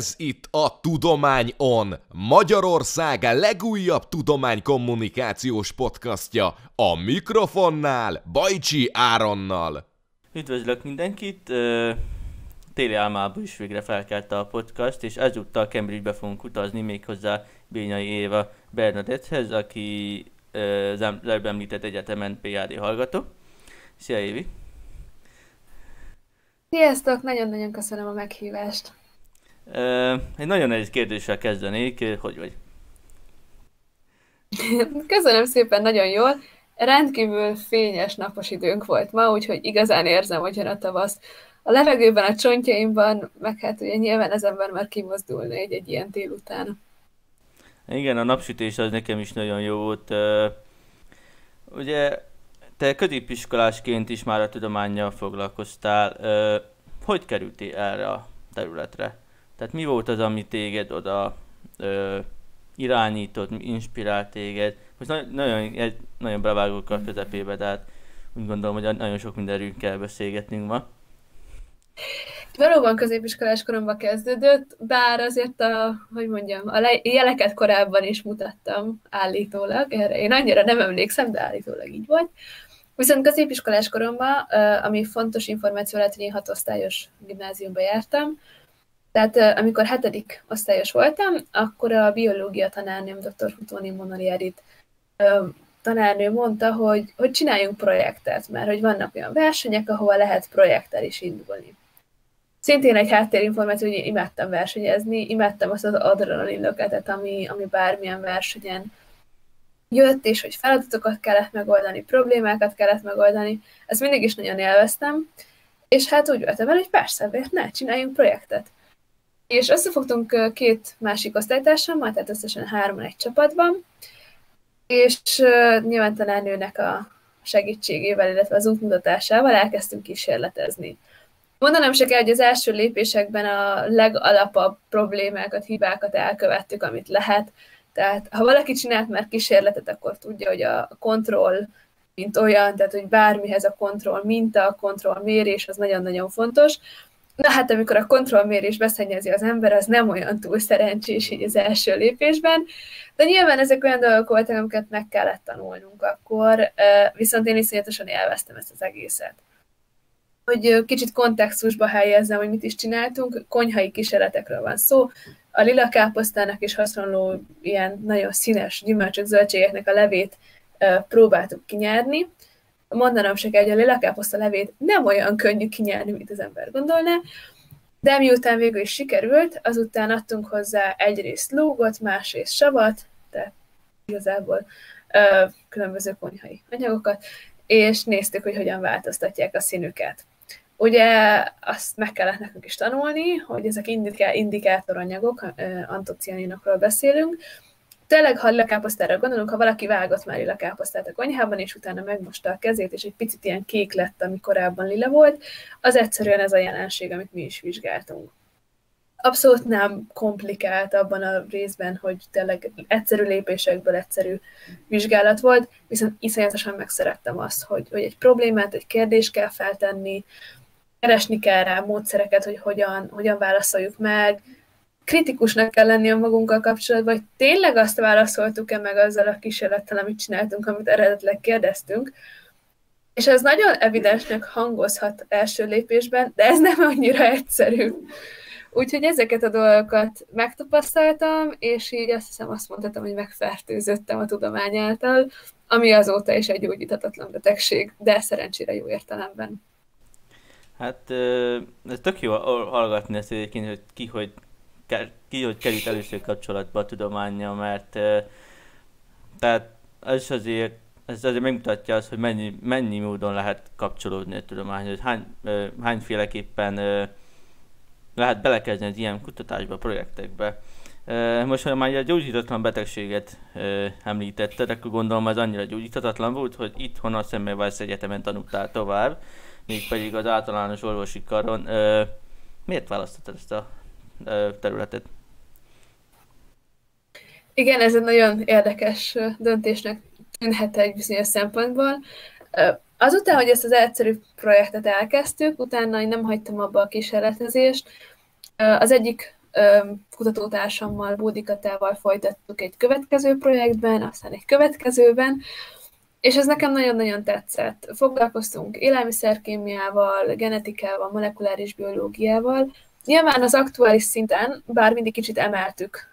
Ez itt a Tudomány On, Magyarország legújabb tudománykommunikációs podcastja, a mikrofonnál Bajcsi Áronnal. Üdvözlök mindenkit! Téli álmából is végre felkelte a podcast, és ezúttal Cambridge-be fogunk utazni, méghozzá Bényai Éva Bernadetthez, aki az előbb említett egyetemen PhD hallgató. Szia Évi! Sziasztok! Nagyon-nagyon köszönöm a meghívást. Egy nagyon nehéz kérdéssel kezdenék. Hogy vagy? Köszönöm szépen, nagyon jól. Rendkívül fényes napos időnk volt ma, úgyhogy igazán érzem, hogy jön a tavasz. A levegőben, a csontjaimban, meg hát ugye nyilván az ember már kimozdulna egy ilyen délután. Igen, a napsütés az nekem is nagyon jó volt. Ugye te középiskolásként is már a tudománnyal foglalkoztál. Hogy kerültél erre a területre? Tehát mi volt az, ami téged oda irányított, inspirált téged? Most nagyon bevágok a közepébe, de hát úgy gondolom, hogy nagyon sok mindenről kell beszélgetnünk ma. Valóban középiskolás koromban kezdődött, bár azért a jeleket korábban is mutattam állítólag. Erre én annyira nem emlékszem, de állítólag így volt. Viszont középiskolás koromban, ami fontos információ lehet, hogy én 6 osztályos gimnáziumba jártam, tehát amikor 7. osztályos voltam, akkor a biológia tanárnőm, dr. Futóni Monoriadit tanárnő mondta, hogy csináljunk projektet, mert hogy vannak olyan versenyek, ahova lehet projekttel is indulni. Szintén egy háttérinformáció, hogy én imádtam versenyezni, imádtam azt az adrenalin löketet, ami bármilyen versenyen jött, és hogy feladatokat kellett megoldani, problémákat kellett megoldani. Ezt mindig is nagyon élveztem, és hát úgy voltam el, hogy persze, miért ne, csináljunk projektet. És összefogtunk 2 másik osztálytársammal, tehát összesen 3 egy csapatban, és nyilván tanárnőnek a segítségével, illetve az útmutatásával elkezdtünk kísérletezni. Mondanom se kell, hogy az első lépésekben a legalapabb problémákat, hibákat elkövettük, amit lehet. Tehát ha valaki csinált már kísérletet, akkor tudja, hogy a kontroll, mint olyan, tehát hogy bármihez a kontroll minta, a kontroll mérés, az nagyon-nagyon fontos. Na hát, amikor a kontrollmérés beszennyezi az ember, az nem olyan túl szerencsés így az első lépésben, de nyilván ezek olyan dolgok voltak, amiket meg kellett tanulnunk akkor, viszont én iszonyatosan élveztem ezt az egészet. Hogy kicsit kontextusba helyezzem, hogy mit is csináltunk, konyhai kísérletekről van szó, a lila káposztának is hasonló ilyen nagyon színes gyümölcsök, zöldségeknek a levét próbáltuk kinyerni. Mondanom se kell, hogy a lilakáposzta levét nem olyan könnyű kinyerni, mint az ember gondolná, de miután végül is sikerült, azután adtunk hozzá egyrészt lógot, másrészt savat, tehát igazából különböző konyhai anyagokat, és néztük, hogy hogyan változtatják a színüket. Ugye azt meg kellett nekünk is tanulni, hogy ezek indikátoranyagok, antocianinokról beszélünk. Tényleg, ha lilakáposztára gondolunk, ha valaki vágott már lilakáposztát a konyhában, és utána megmosta a kezét, és egy picit ilyen kék lett, ami korábban lila volt, az egyszerűen ez a jelenség, amit mi is vizsgáltunk. Abszolút nem komplikált abban a részben, hogy tényleg egyszerű lépésekből egyszerű vizsgálat volt, viszont iszonyatosan megszerettem azt, hogy egy problémát, egy kérdést kell feltenni, keresni kell rá módszereket, hogy hogyan válaszoljuk meg, kritikusnak kell lenni a magunkkal kapcsolatban, hogy tényleg azt válaszoltuk-e meg azzal a kísérlettel, amit csináltunk, amit eredetileg kérdeztünk. És ez nagyon evidensnek hangozhat első lépésben, de ez nem annyira egyszerű. Úgyhogy ezeket a dolgokat megtapasztaltam, és így azt mondhatom, hogy megfertőzöttem a tudomány által, ami azóta is egy gyógyíthatatlan betegség, de szerencsére jó értelemben. Hát ez tök jó hallgatni ezt egyébként, hogy ki hogy került először kapcsolatba a tudománnyal, mert tehát ez azért megmutatja azt, hogy mennyi módon lehet kapcsolódni a tudományhoz, hányféleképpen lehet belekezdeni az ilyen kutatásba, projektekbe. Most, ha már a gyógyíthatatlan betegséget említetted, akkor gondolom az annyira gyógyíthatatlan volt, hogy itthon a Semmelweis Egyetemen tanultál tovább, mégpedig az általános orvosi karon. Miért választottad ezt a területet? Igen, ez egy nagyon érdekes döntésnek tűnhet egy bizonyos szempontból. Azután, hogy ezt az egyszerű projektet elkezdtük, utána én nem hagytam abba a kísérletezést. Az egyik kutatótársammal, Bódikatával folytattuk egy következő projektben, aztán egy következőben, és ez nekem nagyon-nagyon tetszett. Foglalkoztunk élelmiszerkémiával, genetikával, molekuláris biológiával. Nyilván az aktuális szinten, bár mindig kicsit emeltük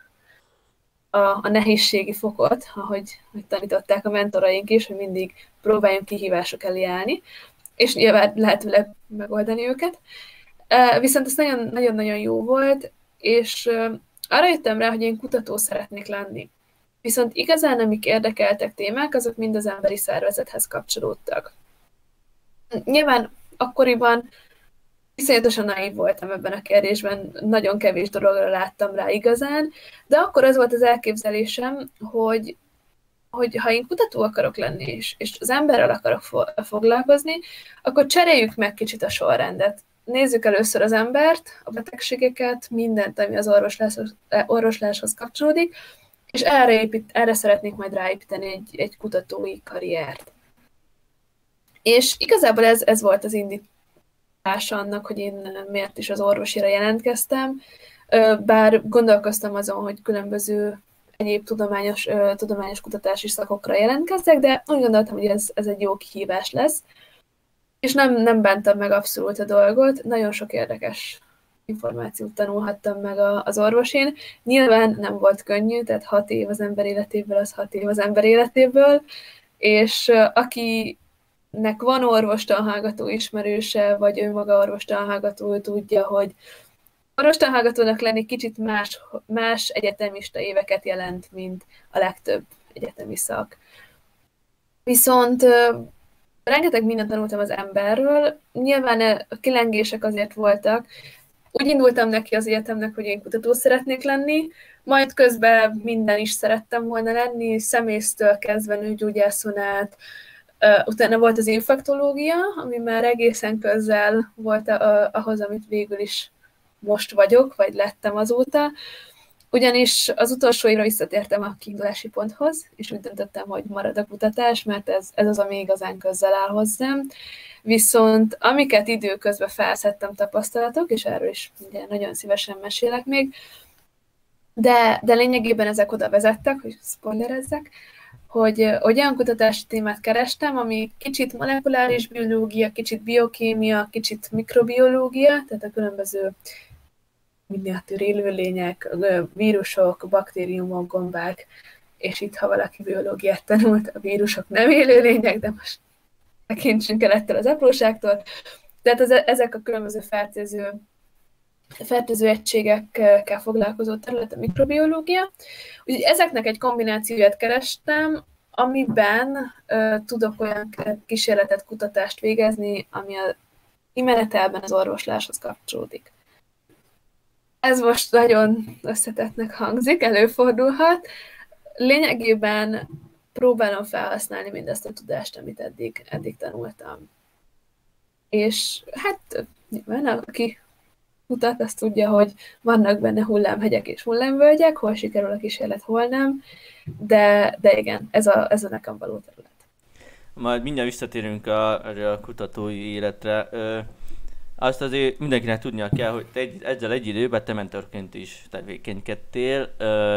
a nehézségi fokot, ahogy tanították a mentoraink is, hogy mindig próbáljunk kihívások elé állni, és nyilván lehetőleg megoldani őket. Viszont ez nagyon-nagyon jó volt, és arra jöttem rá, hogy én kutató szeretnék lenni. Viszont igazán, amik érdekeltek témák, azok mind az emberi szervezethez kapcsolódtak. Nyilván akkoriban iszonyatosan naív voltam ebben a kérdésben, nagyon kevés dologra láttam rá igazán, de akkor az volt az elképzelésem, hogy ha én kutató akarok lenni, és az emberrel akarok foglalkozni, akkor cseréljük meg kicsit a sorrendet. Nézzük először az embert, a betegségeket, mindent, ami az orvosláshoz kapcsolódik, és erre szeretnék majd ráépíteni egy kutatói karriert. És igazából ez volt az indítása annak, hogy én miért is az orvosira jelentkeztem, bár gondolkoztam azon, hogy különböző egyéb tudományos kutatási szakokra jelentkezzek, de úgy gondoltam, hogy ez egy jó kihívás lesz. És nem bántam meg abszolút a dolgot, nagyon sok érdekes információt tanulhattam meg az orvosin. Nyilván nem volt könnyű, tehát 6 év az ember életéből, az 6 év az ember életéből, és akinek van orvostanhallgató ismerőse, vagy önmaga orvostanhallgató, tudja, hogy orvostanhallgatónak lenni kicsit más egyetemista éveket jelent, mint a legtöbb egyetemi szak. Viszont rengeteg mindent tanultam az emberről, nyilván a kilengések azért voltak. Úgy indultam neki az egyetemnek, hogy én kutató szeretnék lenni, majd közben minden is szerettem volna lenni, szemésztől kezdve nőgyógyászon át. Utána volt az infektológia, ami már egészen közel volt ahhoz, amit végül is most vagyok, vagy lettem azóta. Ugyanis az utolsó évre visszatértem a kiindulási ponthoz, és úgy döntöttem, hogy marad a kutatás, mert ez az, ami igazán közel áll hozzám. Viszont amiket időközben felszedtem tapasztalatok, és erről is ugye nagyon szívesen mesélek még, de lényegében ezek oda vezettek, hogy spoilerezzek, hogy olyan kutatási témát kerestem, ami kicsit molekuláris biológia, kicsit biokémia, kicsit mikrobiológia, tehát a különböző miniatűr élőlények, vírusok, baktériumok, gombák, és itt, ha valaki biológiát tanult, a vírusok nem élőlények, de most tekintsünk el ettől az apróságtól. Tehát ezek a különböző fertőző egységekkel foglalkozó terület a mikrobiológia. Úgyhogy ezeknek egy kombinációját kerestem, amiben tudok olyan kísérletet, kutatást végezni, ami a kimenetelben az orvosláshoz kapcsolódik. Ez most nagyon összetettnek hangzik, előfordulhat. Lényegében próbálom felhasználni mindazt a tudást, amit eddig tanultam. És hát nyilván aki kutat, azt tudja, hogy vannak benne hullámhegyek és hullámvölgyek, hol sikerül a kísérlet, hol nem, de igen, ez a nekem való terület. Majd mindjárt visszatérünk a kutatói életre. Azt azért mindenkinek tudnia kell, hogy te ezzel egy időben te mentorként is tevékenykedtél.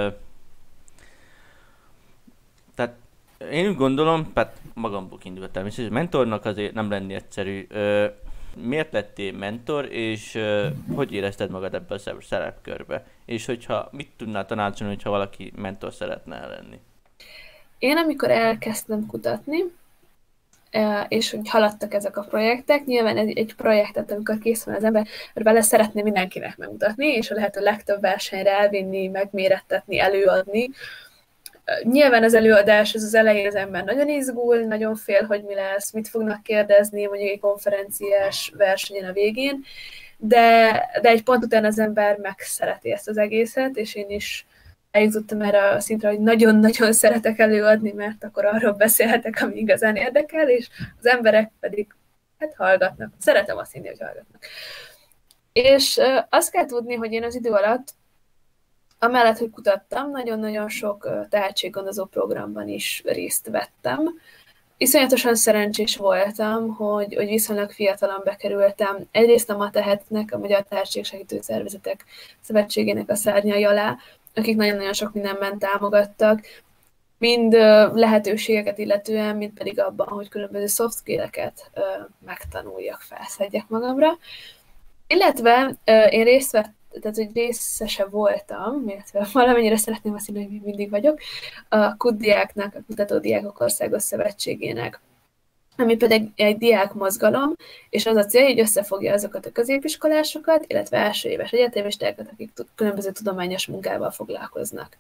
Tehát én úgy gondolom, hát magamból kiindulva természetesen, mentornak azért nem lenni egyszerű. Miért lettél mentor, és hogy érezted magad ebbe a szerepkörbe? És mit tudnál tanácsolni, hogyha valaki mentor szeretne lenni? Én amikor elkezdtem kutatni, és hogy haladtak ezek a projektek, nyilván egy projektet, amikor kész van az ember, vele szeretné mindenkinek megmutatni, és a lehető legtöbb versenyre elvinni, megmérettetni, előadni. Nyilván az előadás, az elején az ember nagyon izgul, nagyon fél, hogy mi lesz, mit fognak kérdezni, mondjuk egy konferenciás versenyen a végén, de egy pont után az ember megszereti ezt az egészet, és én is eljutottam erre a szintre, hogy nagyon-nagyon szeretek előadni, mert akkor arról beszélhetek, ami igazán érdekel, és az emberek pedig hallgatnak. Szeretem azt hinni, hogy hallgatnak. És azt kell tudni, hogy én az idő alatt, amellett, hogy kutattam, nagyon-nagyon sok tehetséggondozó programban is részt vettem. iszonyatosan szerencsés voltam, hogy viszonylag fiatalon bekerültem. Egyrészt a MATEHET-nek, a Magyar Tehetségsegítő Szervezetek Szövetségének a szárnyai alá, akik nagyon-nagyon sok mindenben támogattak, mind lehetőségeket illetően, mind pedig abban, hogy különböző soft skill-eket megtanuljak, felszedjek magamra. Illetve én hogy részese voltam, illetve valamennyire szeretném azt hinni, hogy még mindig vagyok, a KUD-diáknak, a Kutatódiákok Országos Szövetségének, ami pedig egy diákmozgalom, és az a cél, hogy összefogja azokat a középiskolásokat, illetve első éves egyetemistákat, akik különböző tudományos munkával foglalkoznak.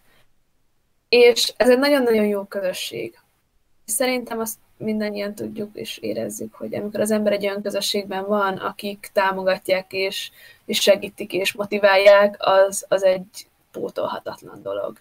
És ez egy nagyon-nagyon jó közösség. Szerintem azt mindannyian tudjuk és érezzük, hogy amikor az ember egy olyan közösségben van, akik támogatják és segítik és motiválják, az egy pótolhatatlan dolog.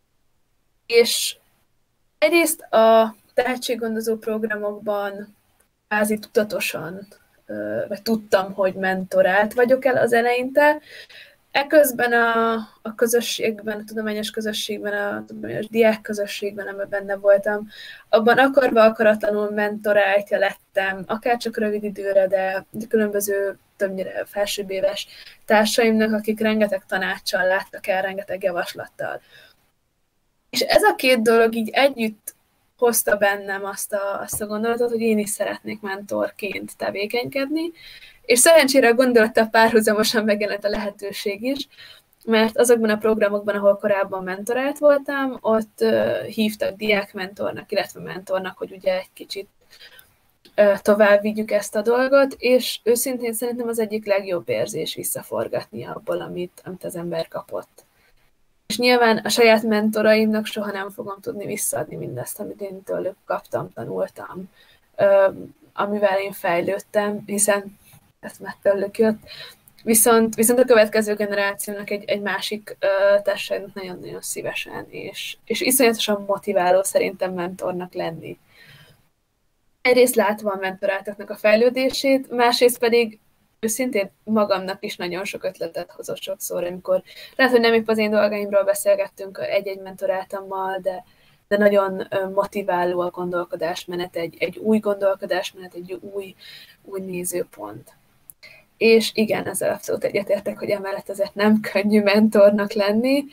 És egyrészt a tehetséggondozó programokban kvázi tudatosan, vagy tudtam, hogy mentorált vagyok el az eleinte. Eközben a közösségben, a tudományos közösségben, a tudományos diák közösségben, amiben benne voltam, abban akarva akaratlanul mentoráltja lettem, akár csak rövid időre, de különböző, többnyire felsőbb éves társaimnak, akik rengeteg tanácssal láttak el, rengeteg javaslattal. És ez a két dolog így együtt hozta bennem azt a gondolatot, hogy én is szeretnék mentorként tevékenykedni, és szerencsére a gondolattal párhuzamosan megjelent a lehetőség is, mert azokban a programokban, ahol korábban mentorált voltam, ott hívtak diákmentornak, illetve mentornak, hogy ugye egy kicsit tovább vigyük ezt a dolgot, és őszintén szerintem az egyik legjobb érzés visszaforgatni abból, amit az ember kapott. És nyilván a saját mentoraimnak soha nem fogom tudni visszaadni mindezt, amit én tőlük kaptam, tanultam, amivel én fejlődtem, hiszen ez már tőlük jött. Viszont a következő generációnak egy másik társaságnak nagyon-nagyon szívesen, és iszonyatosan motiváló szerintem mentornak lenni. Egyrészt látva a mentoráltaknak a fejlődését, másrészt pedig őszintén magamnak is nagyon sok ötletet hozott sokszor, amikor lehet, hogy nem épp az én dolgaimról beszélgettünk egy-egy mentoráltammal, de nagyon motiváló a gondolkodásmenet, egy új gondolkodásmenet, egy új nézőpont. És igen, ezzel abszolút egyetértek, hogy emellett azért nem könnyű mentornak lenni.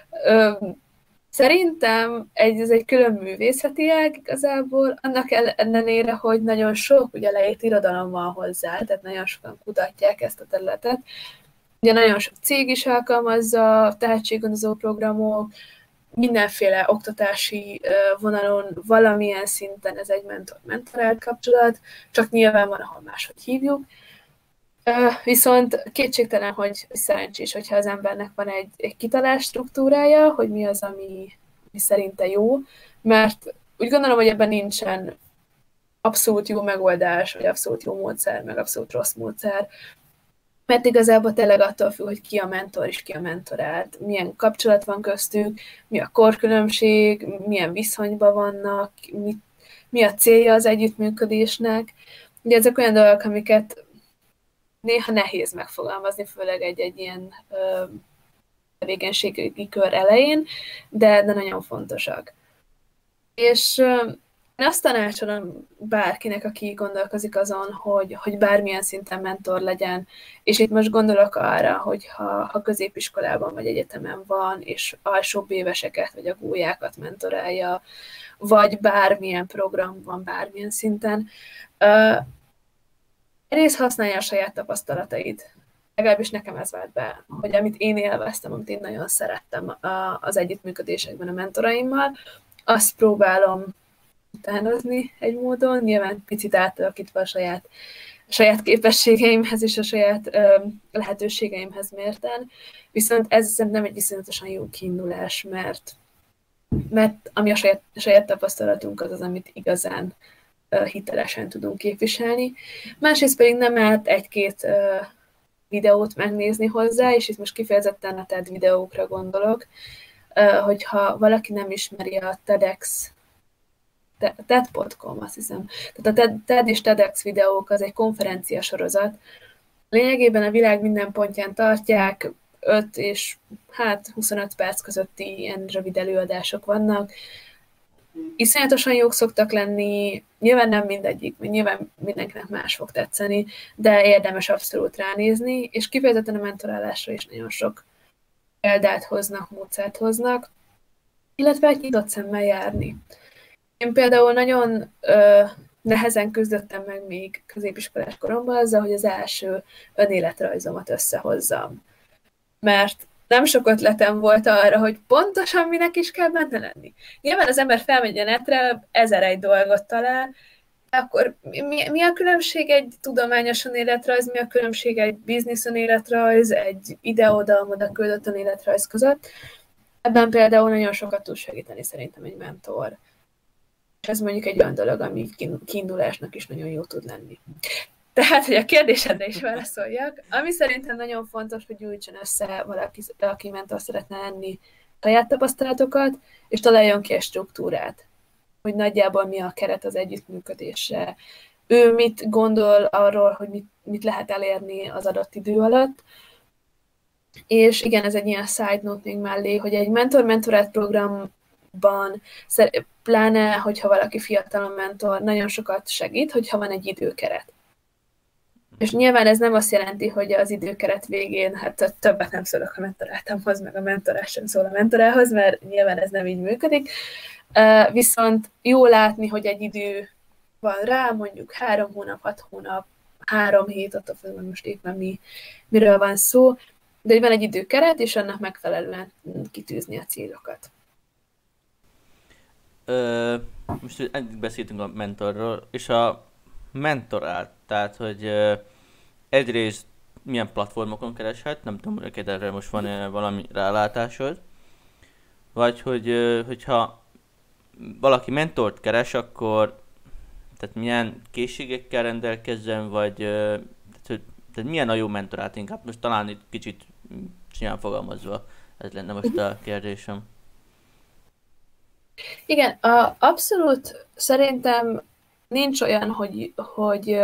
Szerintem ez egy külön művészeti ág igazából, annak ellenére, hogy nagyon sok ugye leírt irodalom van hozzá, tehát nagyon sokan kutatják ezt a területet. Ugye nagyon sok cég is alkalmazza, tehetséggondozó programok, mindenféle oktatási vonalon valamilyen szinten ez egy mentor-mentorált kapcsolat, csak nyilván van, ahol máshogy hívjuk. Viszont kétségtelen, hogy szerencsés, hogyha az embernek van egy kitalált struktúrája, hogy mi az, ami szerinte jó, mert úgy gondolom, hogy ebben nincsen abszolút jó megoldás, vagy abszolút jó módszer, meg abszolút rossz módszer, mert igazából tényleg attól függ, hogy ki a mentor és ki a mentorált, milyen kapcsolat van köztük, mi a korkülönbség, milyen viszonyban vannak, mi a célja az együttműködésnek. Ugye ezek olyan dolgok, amiket néha nehéz megfogalmazni, főleg egy ilyen tevékenységi kör elején, de nagyon fontosak. És én azt tanácsolom bárkinek, aki gondolkozik azon, hogy bármilyen szinten mentor legyen, és itt most gondolok arra, hogy ha középiskolában vagy egyetemen van, és alsóbb éveseket vagy a gólyákat mentorálja, vagy bármilyen program van bármilyen szinten, egyrészt használja a saját tapasztalatait. Legalábbis nekem ez vált be, hogy amit én élveztem, amit én nagyon szerettem az együttműködésekben a mentoraimmal, azt próbálom utánozni egy módon, nyilván picit átalakítva a saját képességeimhez és a saját lehetőségeimhez mérten, viszont ez szerintem egy iszonyatosan jó kiindulás, mert ami a saját tapasztalatunk az, amit igazán hitelesen tudunk képviselni. Másrészt pedig nem árt egy-két videót megnézni hozzá, és itt most kifejezetten a TED videókra gondolok, hogyha valaki nem ismeri a TEDx, TED.com, azt hiszem. Tehát a TED és TEDx videók az egy konferencia sorozat. Lényegében a világ minden pontján tartják, 5 és 25 perc közötti ilyen rövid előadások vannak. iszonyatosan jók szoktak lenni, nyilván nem mindegyik, mert nyilván mindenkinek más fog tetszeni, de érdemes abszolút ránézni, és kifejezetten a mentorálásra is nagyon sok példát hoznak, módszert hoznak, illetve egy nyitott szemmel járni. Én például nagyon nehezen küzdöttem meg még középiskolás koromban azzal, hogy az első önéletrajzomat összehozzam. Mert nem sok ötletem volt arra, hogy pontosan minek is kell benne lenni. Nyilván az ember felmegy a netre, 1001 dolgot talál, de akkor mi a különbség egy tudományos önéletrajz, mi a különbség egy biznisz önéletrajz, egy ide-oda küldött önéletrajz között? Ebben például nagyon sokat tud segíteni szerintem egy mentor. És ez mondjuk egy olyan dolog, ami kiindulásnak is nagyon jó tud lenni. Tehát, hogy a kérdésedre is válaszoljak, ami szerintem nagyon fontos, hogy gyűjtsen össze valaki, aki mentor szeretne lenni, saját tapasztalatokat, és találjon ki egy struktúrát, hogy nagyjából mi a keret az együttműködésre. Ő mit gondol arról, hogy mit lehet elérni az adott idő alatt. És igen, ez egy ilyen side note még mellé, hogy egy mentor-mentorát programban, pláne, hogyha valaki fiatalon mentor, nagyon sokat segít, hogyha van egy időkeret. És nyilván ez nem azt jelenti, hogy az időkeret végén hát többet nem szólok a mentorátamhoz, meg a mentorás sem szól a mentorához, mert nyilván ez nem így működik. Viszont jó látni, hogy egy idő van rá, mondjuk 3 hónap, 6 hónap, 3 hét, attól függően most éppen miről van szó, de hogy van egy időkeret, és annak megfelelően kitűzni a célokat. Most eddig beszéltünk a mentorról, és a mentorát, tehát hogy egyrészt milyen platformokon kereshet, nem tudom, hogy erre most van valami rálátásod, vagy hogyha valaki mentort keres, akkor tehát milyen készségekkel rendelkezzen, vagy tehát milyen a jó mentorát, inkább most talán itt kicsit csúnyán fogalmazva, ez lenne most a kérdésem. Igen, abszolút szerintem nincs olyan, hogy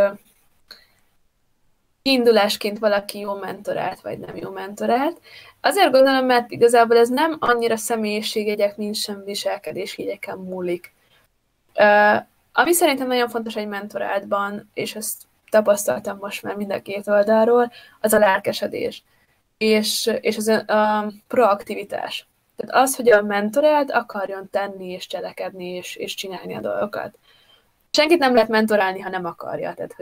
kiindulásként valaki jó mentorált, vagy nem jó mentorált. Azért gondolom, mert igazából ez nem annyira személyiségjegyek, mint sem viselkedésjegyeken múlik. Ami szerintem nagyon fontos egy mentorátban, és ezt tapasztaltam most már mind a két oldalról, az a lelkesedés, és a proaktivitás. Tehát az, hogy a mentorált akarjon tenni, és cselekedni, és csinálni a dolgokat. Senkit nem lehet mentorálni, ha nem akarja. Tehát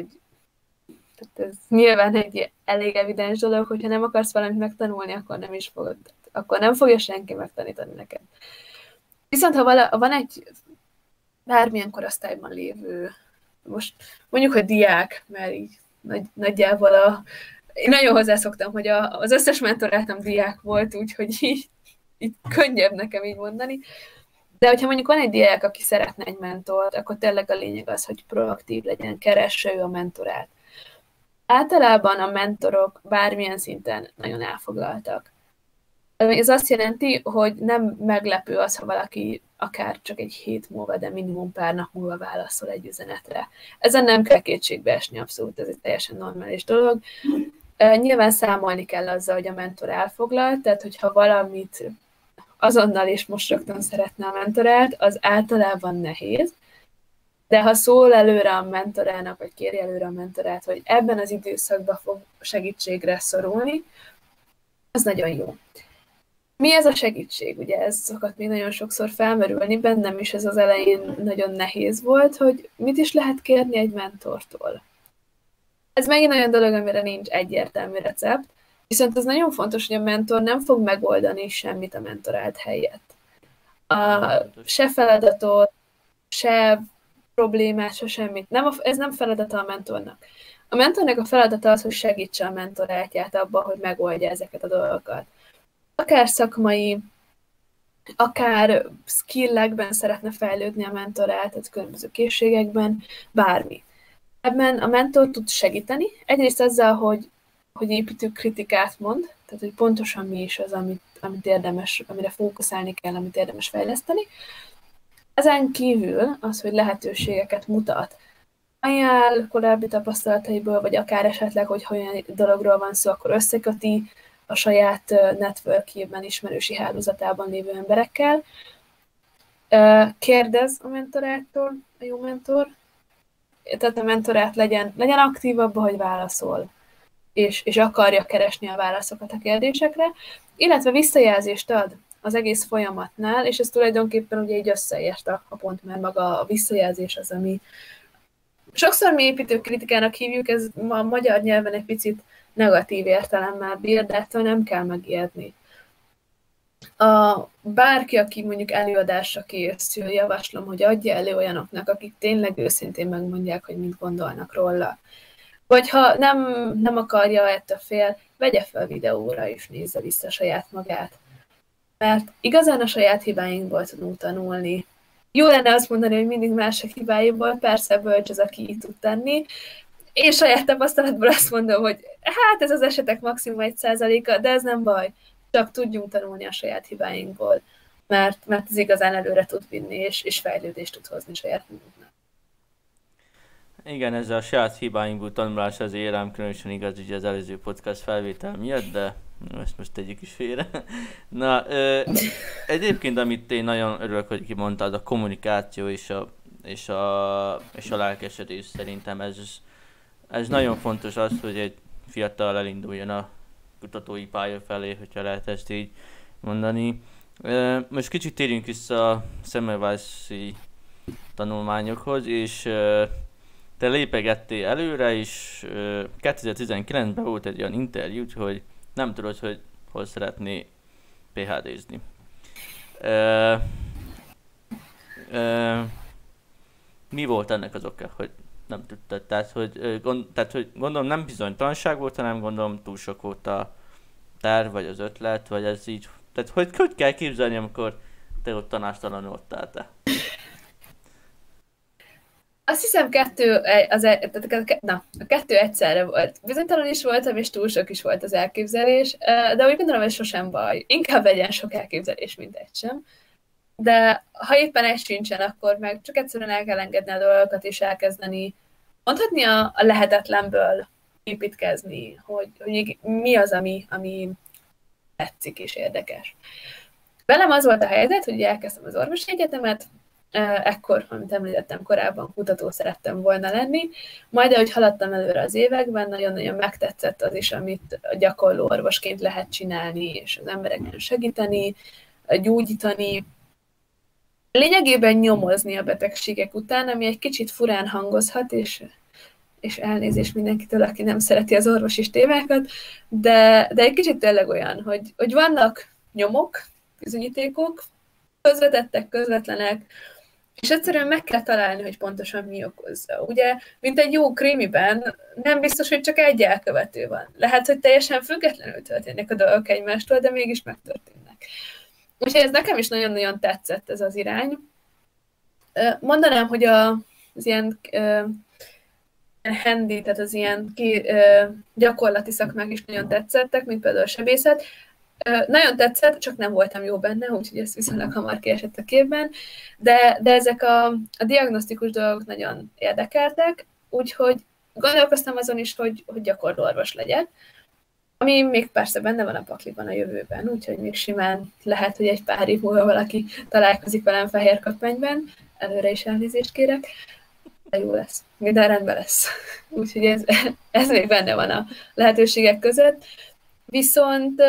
ez nyilván egy elég evidens dolog, hogyha nem akarsz valamit megtanulni, akkor nem is fogod. Akkor nem fogja senki megtanítani neked. Viszont ha van egy bármilyen korosztályban lévő, most mondjuk, hogy diák, mert így nagyjából én nagyon hozzászoktam, hogy az összes mentorátom diák volt, úgyhogy így könnyebb nekem így mondani. De hogyha mondjuk van egy diák, aki szeretne egy mentort, akkor tényleg a lényeg az, hogy proaktív legyen, keresse ő a mentorát. Általában a mentorok bármilyen szinten nagyon elfoglaltak. Ez azt jelenti, hogy nem meglepő az, ha valaki akár csak egy hét múlva, de minimum pár nap múlva válaszol egy üzenetre. Ezen nem kell kétségbe esni, abszolút, ez egy teljesen normális dolog. Nyilván számolni kell azzal, hogy a mentor elfoglalt, tehát hogyha valamit azonnal és most rögtön szeretne a mentorát, az általában nehéz, de ha szól előre a mentorának, vagy kéri előre a mentorát, hogy ebben az időszakban fog segítségre szorulni, az nagyon jó. Mi ez a segítség? Ugye ez szokott még nagyon sokszor felmerülni, bennem is ez az elején nagyon nehéz volt, hogy mit is lehet kérni egy mentortól. Ez megint olyan dolog, amire nincs egyértelmű recept, viszont az nagyon fontos, hogy a mentor nem fog megoldani semmit a mentorált helyett. Se feladatot, se problémát, se semmit. Ez nem feladata a mentornak. A mentornak a feladata az, hogy segítse a mentorátját abban, hogy megoldja ezeket a dolgokat. Akár szakmai, akár skillekben szeretne fejlődni a mentorát, tehát különböző készségekben, bármi. Ebben a mentor tud segíteni. Egyrészt azzal, hogy építő kritikát mond, tehát hogy pontosan mi is az, amit érdemes, amire fókuszálni kell, amit érdemes fejleszteni. Ezen kívül az, hogy lehetőségeket mutat. Ajánl korábbi tapasztalataiból, vagy akár esetleg, hogy olyan dologról van szó, akkor összeköti a saját networkjében, ismerősi hálózatában lévő emberekkel. Kérdez a mentorától, a jó mentor, tehát a mentorát legyen aktívabb, hogy válaszol, és akarja keresni a válaszokat a kérdésekre, illetve visszajelzést ad az egész folyamatnál, és ez tulajdonképpen ugye így összeért a pont, mert maga a visszajelzés az, ami sokszor mi építőkritikának hívjuk, ez a magyar nyelven egy picit negatív értelemmel bír, de ettől nem kell megijedni. Bárki, aki mondjuk előadásra készül, javaslom, hogy adja elő olyanoknak, akik tényleg őszintén megmondják, hogy mit gondolnak róla. Vagy ha nem akarja ettől fél, vegye fel videóra és nézze vissza saját magát. Mert igazán a saját hibáinkból tudunk tanulni. Jó lenne azt mondani, hogy mindig mások hibáiból, persze bölcs az, aki így tud tenni. Én saját tapasztalatból azt mondom, hogy hát ez az esetek maximum 1%-a, de ez nem baj. Csak tudjunk tanulni a saját hibáinkból, mert ez igazán előre tud vinni, és fejlődést tud hozni saját magunknak. Igen, ez a saját hibáinkból tanulás az érem, különösen igaz ugye az előző podcast felvétel miatt, de most tegyük is félre. Na, egyébként, amit én nagyon örülök, hogy kimondtad, a kommunikáció és a lelkesedés, szerintem ez nagyon fontos az, hogy egy fiatal elinduljon a kutatói pálya felé, hogyha lehet ezt így mondani. Most kicsit térjünk vissza a Semmelweis-i tanulmányokhoz, és te lépegettél előre, és 2019-ben volt egy olyan interjú, hogy nem tudod, hogy hol szeretné PhD-zni. Mi volt ennek az oka, hogy nem tudtad? Tehát, hogy gondolom nem bizonytalanság volt, hanem gondolom túl sok volt a terv, vagy az ötlet, vagy ez így. Tehát hogy kell képzelni, amikor te ott tanástalanul ott álltál? Azt hiszem a kettő egyszerre volt. Bizonytalan is voltam, és túl sok is volt az elképzelés, de úgy gondolom, ez sosem baj. Inkább legyen sok elképzelés, mint egy sem. De ha éppen egy sincsen, akkor meg csak egyszerűen el kell engedni a dolgokat, és elkezdeni mondhatni a lehetetlenből építkezni, hogy mi az, ami tetszik és érdekes. Velem az volt a helyzet, hogy elkezdtem az orvosi egyetemet, ekkor, amit említettem korábban, kutató szerettem volna lenni, majd ahogy haladtam előre az években, nagyon-nagyon megtetszett az is, amit gyakorló orvosként lehet csinálni, és az embereken segíteni, gyógyítani, lényegében nyomozni a betegségek után, ami egy kicsit furán hangozhat, és elnézést mindenkitől, aki nem szereti az orvosi témákat, de egy kicsit tényleg olyan, hogy vannak nyomok, bizonyítékok, közvetettek, közvetlenek, és egyszerűen meg kell találni, hogy pontosan mi okozza. Ugye, mint egy jó krimiben, nem biztos, hogy csak egy elkövető van. Lehet, hogy teljesen függetlenül történnek a dolgok egymástól, de mégis megtörténnek. Úgyhogy ez nekem is nagyon-nagyon tetszett ez az irány. Mondanám, hogy az ilyen handy, tehát az ilyen gyakorlati szakmák is nagyon tetszettek, mint például a sebészet. Nagyon tetszett, csak nem voltam jó benne, úgyhogy ez viszonylag hamar kiesett a képben, de ezek a diagnosztikus dolgok nagyon érdekeltek, úgyhogy gondolkoztam azon is, hogy gyakorló orvos legyek, ami még persze benne van a pakliban a jövőben, úgyhogy még simán lehet, hogy egy pár év múlva valaki találkozik velem fehér köpenyben, előre is elnézést kérek, de jó lesz, minden rendben lesz. Úgyhogy ez még benne van a lehetőségek között. Viszont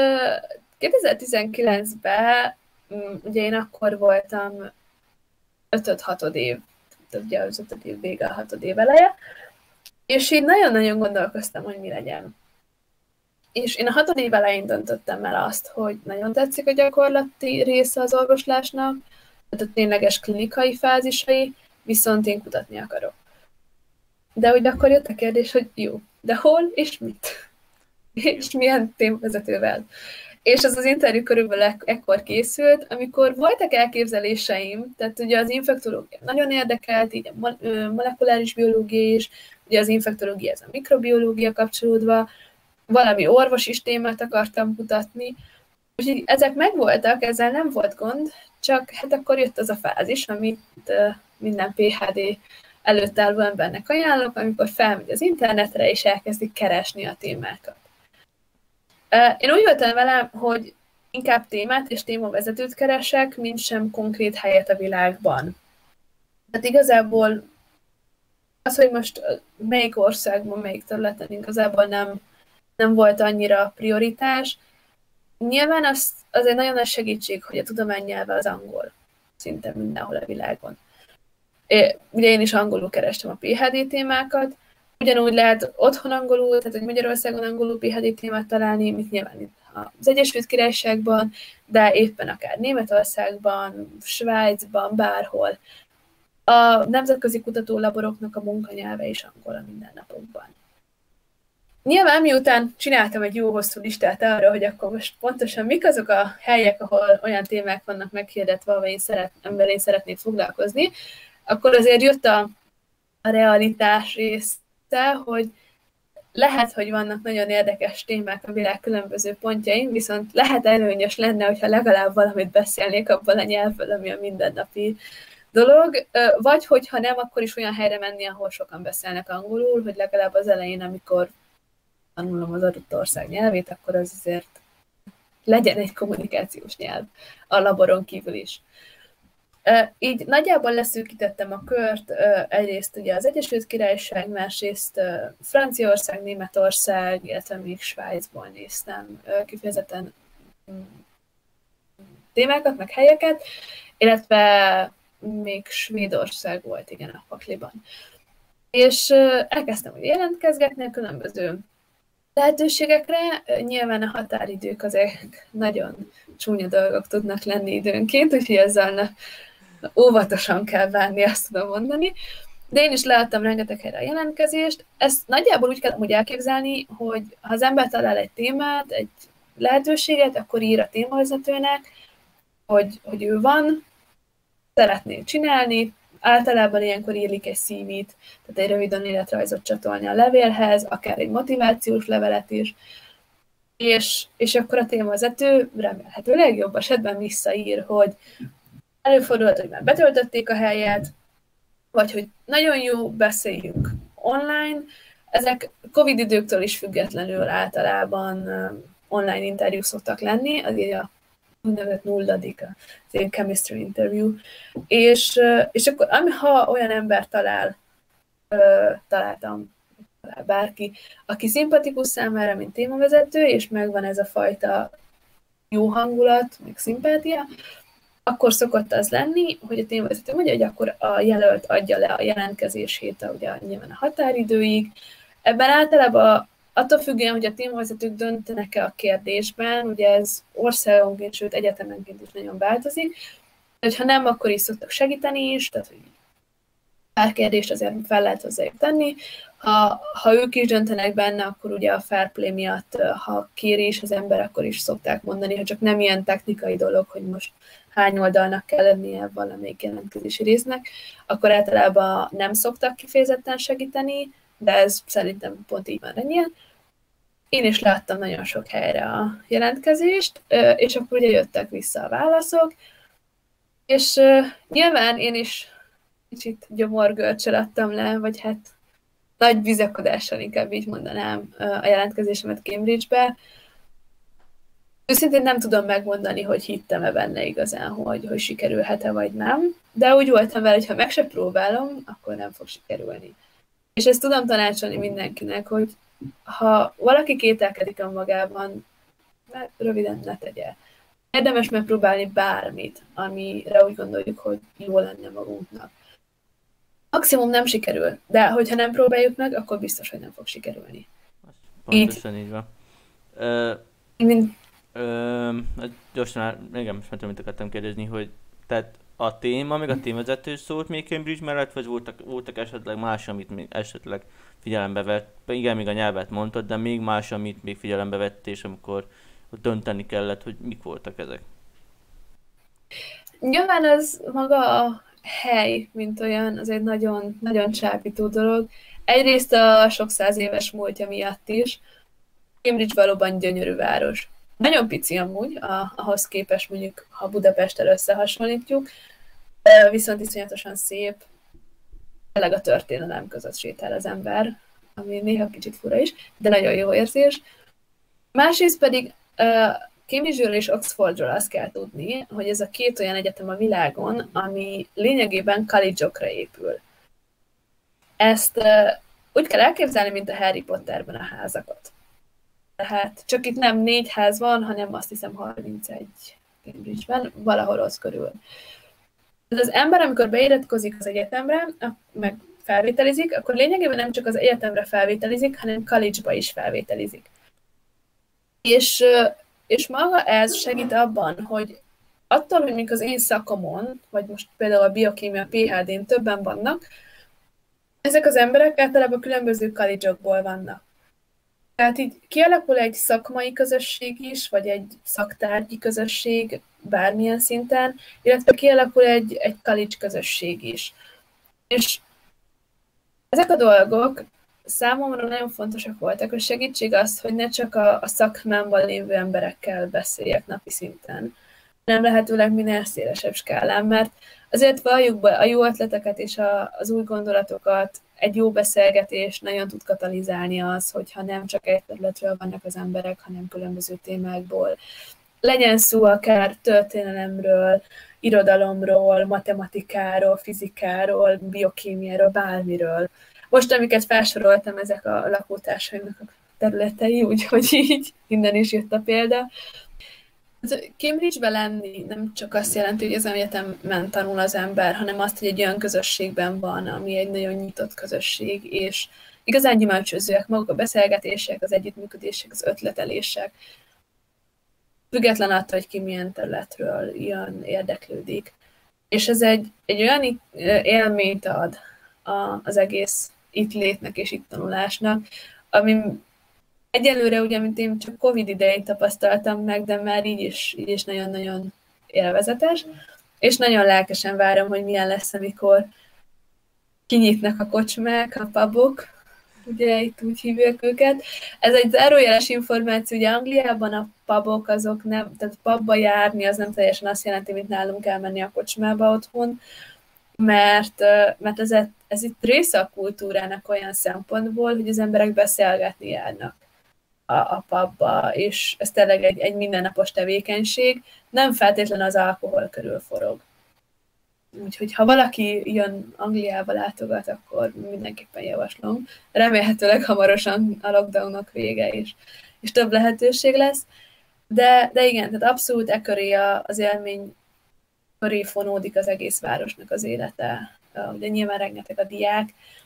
2019-ben, ugye én akkor voltam 5-6 év, ugye az 5 év vége, a 6 év eleje, és így nagyon-nagyon gondolkoztam, hogy mi legyen. És én a 6 év elején döntöttem el azt, hogy nagyon tetszik a gyakorlati része az orvoslásnak, tehát a tényleges klinikai fázisai, viszont én kutatni akarok. De úgy akkor jött a kérdés, hogy jó, de hol és mit? És milyen témavezetővel. És az interjú körülbelül ekkor készült, amikor voltak elképzeléseim, tehát ugye az infektológia nagyon érdekelt, így a molekuláris biológia is, ugye az infektológia ez a mikrobiológia kapcsolódva, valami orvosi témát akartam kutatni, úgyhogy ezek megvoltak, ezzel nem volt gond, csak hát akkor jött az a fázis, amit minden PhD előtt álló embernek ajánlok, amikor felmegy az internetre, és elkezdik keresni a témákat. Én úgy voltam vele, hogy inkább témát és témavezetőt keresek, mint sem konkrét helyet a világban. Tehát igazából az, hogy most melyik országban, melyik területen igazából nem volt annyira prioritás. Nyilván az egy nagyon nagy segítség, hogy a tudománynyelve az angol, szinte mindenhol a világon. Ugye én is angolul kerestem a PhD témákat, ugyanúgy lehet otthon angolul, tehát hogy Magyarországon angolul PhD témát találni, mint nyilván itt az Egyesült Királyságban, de éppen akár Németországban, Svájcban, bárhol. A nemzetközi kutatólaboroknak a munkanyelve is angol a mindennapokban. Nyilván miután csináltam egy jó hosszú listát arra, hogy akkor most pontosan mik azok a helyek, ahol olyan témák vannak meghirdetve, amivel én szeretnék foglalkozni, akkor azért jött a realitás része, hogy lehet, hogy vannak nagyon érdekes témák a világ különböző pontjain, viszont lehet előnyös lenne, hogyha legalább valamit beszélnék abban a nyelvből, ami a mindennapi dolog, vagy hogyha nem, akkor is olyan helyre menni, ahol sokan beszélnek angolul, hogy legalább az elején, amikor tanulom az adott ország nyelvét, akkor az azért legyen egy kommunikációs nyelv a laboron kívül is. Így nagyjából leszűkítettem a kört, egyrészt ugye az Egyesült Királyság, másrészt Franciaország, Németország, illetve még Svájcból néztem kifejezetten témákat, meg helyeket, illetve még Svédország volt, igen, a pakliban. És elkezdtem ugye jelentkezgetni a különböző lehetőségekre. Nyilván a határidők azok nagyon csúnya dolgok tudnak lenni időnként, úgyhogy ezzel óvatosan kell bánni, azt tudom mondani. De én is leadtam rengeteg helyre a jelentkezést. Ezt nagyjából úgy kell úgy elképzelni, hogy ha az ember talál egy témát, egy lehetőséget, akkor ír a témavezetőnek, hogy ő van, szeretné csinálni, általában ilyenkor írlik egy CV-t, tehát egy rövid önéletrajzot csatolni a levélhez, akár egy motivációs levelet is, és akkor a témavezető remélhetőleg jobb esetben visszaír, hogy előfordulhat, hogy már betöltötték a helyet, vagy hogy nagyon jó, beszéljünk online. Ezek Covid időktől is függetlenül általában online interjúk szoktak lenni, az így a úgynevezett nulladik, az én chemistry interview, és akkor ha olyan ember találtam bárki, aki szimpatikus számára, mint témavezető, és megvan ez a fajta jó hangulat, meg szimpátia, akkor szokott az lenni, hogy a témavezető mondja, hogy akkor a jelölt adja le a jelentkezését ugye nyilván a határidőig. Ebben általában attól függően, hogy a témavezetők döntenek-e a kérdésben, ugye ez országonként, sőt egyetemenként is nagyon változik, de ha nem, akkor is szoktak segíteni is, tehát hogy pár kérdést azért fel lehet hozzájuk tenni. Ha ők is döntenek benne, akkor ugye a fair play miatt, ha kéri is az ember, akkor is szokták mondani, ha csak nem ilyen technikai dolog, hogy most hány oldalnak kell lennie valamelyik jelentkezési résznek, akkor általában nem szoktak kifejezetten segíteni, de ez szerintem pont így van ennyien. Én is láttam nagyon sok helyre a jelentkezést, és akkor ugye jöttek vissza a válaszok, és nyilván én is kicsit gyomorgörcsel adtam le, vagy hát nagy bizakodással inkább így mondanám a jelentkezésemet Cambridge-be. Őszintén nem tudom megmondani, hogy hittem-e benne igazán, hogy sikerülhet-e vagy nem, de úgy voltam vele, hogy ha meg se próbálom, akkor nem fog sikerülni. És ezt tudom tanácsolni mindenkinek, hogy ha valaki kételkedik önmagában, röviden ne tegye. Érdemes megpróbálni bármit, amire úgy gondoljuk, hogy jó lenne magunknak. Maximum nem sikerül, de hogyha nem próbáljuk meg, akkor biztos, hogy nem fog sikerülni. Pontosan így van. Gyorsan, igen, most már mit akartam kérdezni, hogy tehát a téma, meg a témavezető szólt még Cambridge mellett, vagy voltak esetleg más, amit még esetleg figyelembe vett? Igen, még a nyelvet mondtad, de még más, amit még figyelembe vett, és amikor dönteni kellett, hogy mik voltak ezek? Nyilván az maga a hely, mint olyan, az egy nagyon, nagyon csábító dolog. Egyrészt a sok száz éves múltja miatt is. Cambridge valóban gyönyörű város. Nagyon pici amúgy, ahhoz képest mondjuk, ha Budapesttel összehasonlítjuk, viszont iszonyatosan szép, tényleg a történelem között sétál az ember, ami néha kicsit fura is, de nagyon jó érzés. Másrészt pedig Cambridge-ről és Oxfordról azt kell tudni, hogy ez a két olyan egyetem a világon, ami lényegében college-okra épül. Ezt úgy kell elképzelni, mint a Harry Potterben a házakat. Tehát csak itt nem 4 ház van, hanem azt hiszem 31 Cambridge-ben, valahol ott körül. Az ember, amikor beiratkozik az egyetemre, meg felvételizik, akkor lényegében nem csak az egyetemre felvételizik, hanem college-ba is felvételizik. És maga ez segít abban, hogy attól, hogy mondjuk az én szakomon, vagy most például a biokémia PhD-n többen vannak, ezek az emberek általában különböző college-okból vannak. Tehát így kialakul egy szakmai közösség is, vagy egy szaktárgyi közösség bármilyen szinten, illetve kialakul egy college közösség is. És ezek a dolgok számomra nagyon fontosak voltak, hogy segítség az, hogy ne csak a szakmámban lévő emberekkel beszéljek napi szinten, hanem lehetőleg minél szélesebb skálán, mert azért valljuk be a jó ötleteket és az új gondolatokat, egy jó beszélgetés nagyon tud katalizálni az, hogyha nem csak egy területről vannak az emberek, hanem különböző témákból. Legyen szó akár történelemről, irodalomról, matematikáról, fizikáról, biokémiáról, bármiről. Most, amiket felsoroltam, ezek a lakótársaimnak a területei, úgyhogy így innen is jött a példa. Cambridge-be lenni nem csak azt jelenti, hogy az egyetemen tanul az ember, hanem azt, hogy egy olyan közösségben van, ami egy nagyon nyitott közösség, és igazán gyümölcsözőek maguk a beszélgetések, az együttműködések, az ötletelések. Független attól, hogy ki milyen területről jön, érdeklődik. És ez egy olyan élményt ad az egész itt létnek és itt tanulásnak, ami egyelőre ugye, mint én csak Covid idején tapasztaltam meg, de már így is nagyon-nagyon élvezetes, és nagyon lelkesen várom, hogy milyen lesz, amikor kinyitnak a kocsmák, a pubok, ugye itt úgy hívják őket. Ez egy zárójeles információ, ugye Angliában a pubok azok nem, tehát pubba járni az nem teljesen azt jelenti, mint nálunk elmenni a kocsmába otthon, mert ez itt része a kultúrának olyan szempontból, hogy az emberek beszélgetni járnak a pubba, és ez tényleg egy mindennapos tevékenység, nem feltétlenül az alkohol körül forog. Úgyhogy ha valaki jön Angliába látogat, akkor mindenképpen javaslom. Remélhetőleg hamarosan a lockdownok vége is, és több lehetőség lesz. De igen, tehát abszolút köré az élmény köré fonódik az egész városnak az élete. Ugye nyilván rengeteg a diák,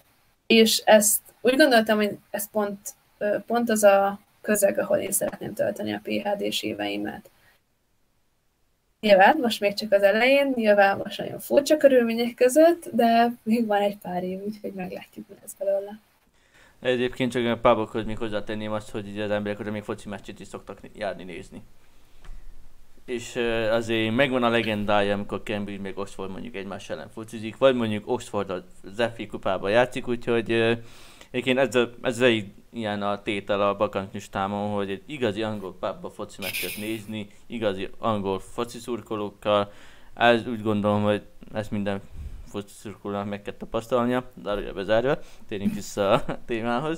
és ezt úgy gondoltam, hogy ez pont az a közeg, ahol én szeretném tölteni a PhD-s éveimet. Nyilván most még csak az elején, nyilván most nagyon furcsa körülmények között, de még van egy pár év, úgyhogy meglátjuk, mi lesz belőle. Egyébként csak a pubokhoz még hozzátenném azt, hogy az emberek oda még foci meccset is szoktak járni nézni. És azért megvan a legendája, amikor Cambridge meg Oxford mondjuk egymás ellen focizik, vagy mondjuk Oxford a FA kupában játszik, úgyhogy egyébként ez ilyen a tétel a bakancslistámon, hogy egy igazi angol pubba foci meccset nézni, igazi angol foci szurkolókkal, ez úgy gondolom, hogy ezt minden foci szurkolónak meg kell tapasztalnia, de arra bezárva, térjünk vissza a témához.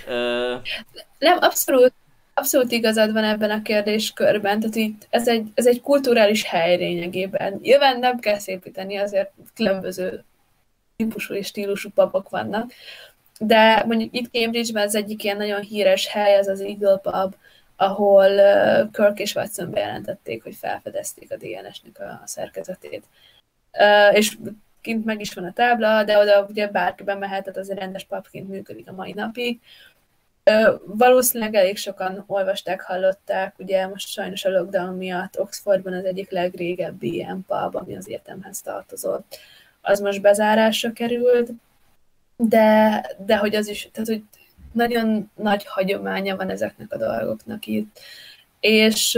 Nem, abszolút igazad van ebben a kérdéskörben, tehát itt ez egy kulturális hely lényegében. Nyilván nem kell szépíteni, azért különböző típusú és stílusú pubok vannak, de mondjuk itt Cambridge-ben az egyik ilyen nagyon híres hely, az az Eagle Pub, ahol Kirk és Watson bejelentették, hogy felfedezték a DNS-nek a szerkezetét. És kint meg is van a tábla, de oda ugye bárki bemehet, tehát az egy rendes pubként működik a mai napig. Valószínűleg elég sokan olvasták, hallották, ugye most sajnos a lockdown miatt Oxfordban az egyik legrégebbi ilyen pub, ami az egyetemhez tartozott, az most bezárásra került, de hogy az is, tehát hogy nagyon nagy hagyománya van ezeknek a dolgoknak itt, és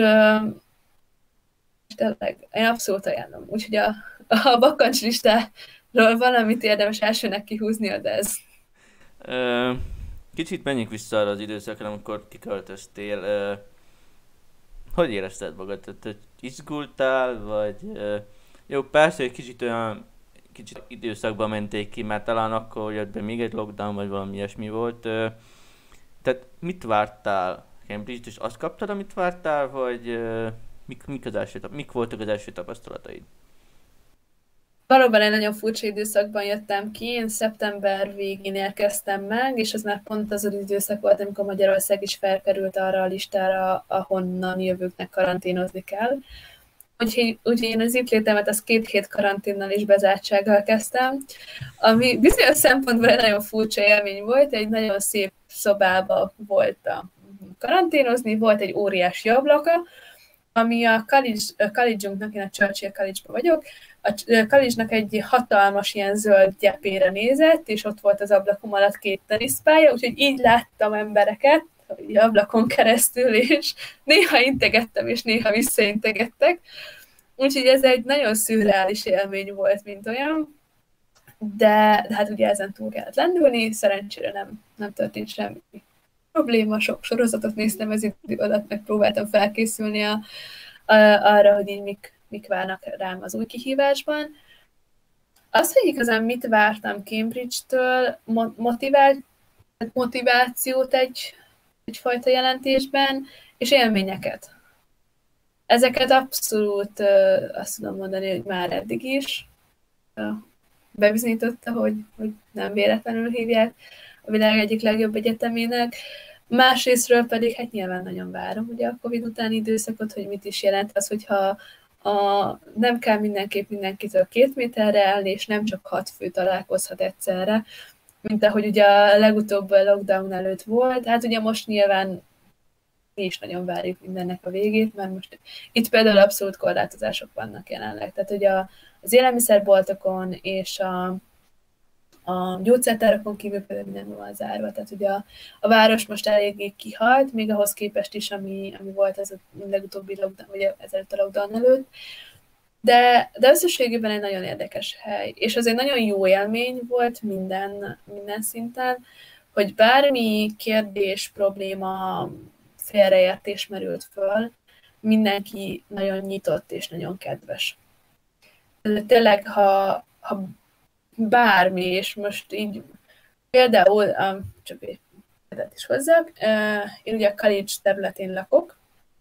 tényleg én abszolút ajánlom, úgyhogy a bakancslistáról valamit érdemes elsőnek kihúzni, de ez. Kicsit menjünk vissza arra az időszakra, amikor kiköltöztél. Hogy érezted magad? Tehát, izgultál, vagy... Jó, persze, egy kicsit időszakban menték ki, mert talán akkor jött be még egy lockdown, vagy valami ilyesmi volt. Tehát mit vártál Cambridge-t, és azt kaptad, amit vártál, vagy mik voltak az első tapasztalataid? Valóban egy nagyon furcsa időszakban jöttem ki, én szeptember végén érkeztem meg, és ez már pont az időszak volt, amikor Magyarország is felkerült arra a listára, ahonnan jövőknek karanténozni kell. Úgyhogy én az itt létemet az 2 hét karanténnal és bezártsággal kezdtem, ami bizonyos szempontból egy nagyon furcsa élmény volt, egy nagyon szép szobába volt a karanténozni, volt egy óriási ablaka, ami a college-unknak, én a Churchill College-ban vagyok, a college-nak egy hatalmas ilyen zöld gyepére nézett, és ott volt az ablakom alatt 2 teniszpálya, úgyhogy így láttam embereket, ablakon keresztül, és néha integettem, és néha visszaintegettek. Úgyhogy ez egy nagyon szürreális élmény volt, mint olyan, de hát ugye ezen túl kellett lendülni, szerencsére nem történt semmi probléma, sok sorozatot néztem ez idő alatt, megpróbáltam felkészülni arra, hogy így mik várnak rám az új kihívásban. Az, hogy igazán mit vártam Cambridge-től, motivációt egyfajta jelentésben, és élményeket. Ezeket abszolút azt tudom mondani, hogy már eddig is bebizonyította, hogy nem véletlenül hívják a világ egyik legjobb egyetemének. Másrésztről pedig hát nyilván nagyon várom ugye a Covid utáni időszakot, hogy mit is jelent az, hogyha nem kell mindenképp mindenkitől 2 méterre állni, és nem csak 6 fő találkozhat egyszerre, mint ahogy ugye a legutóbb lockdown előtt volt. Hát ugye most nyilván mi is nagyon várjuk mindennek a végét, mert most itt például abszolút korlátozások vannak jelenleg. Tehát ugye az élelmiszerboltokon és a gyógyszertárakon kívül például minden van zárva. Tehát ugye a város most eléggé kihalt, még ahhoz képest is, ami volt ez a legutóbbi lockdown, ugye ezelőtt a lockdown előtt. De összességében egy nagyon érdekes hely. És az egy nagyon jó élmény volt minden szinten, hogy bármi kérdés, probléma, félreértés merült föl, mindenki nagyon nyitott és nagyon kedves. Tényleg, ha bármi, és most így például, csak egy példát is hozzak, én ugye a college területén lakok,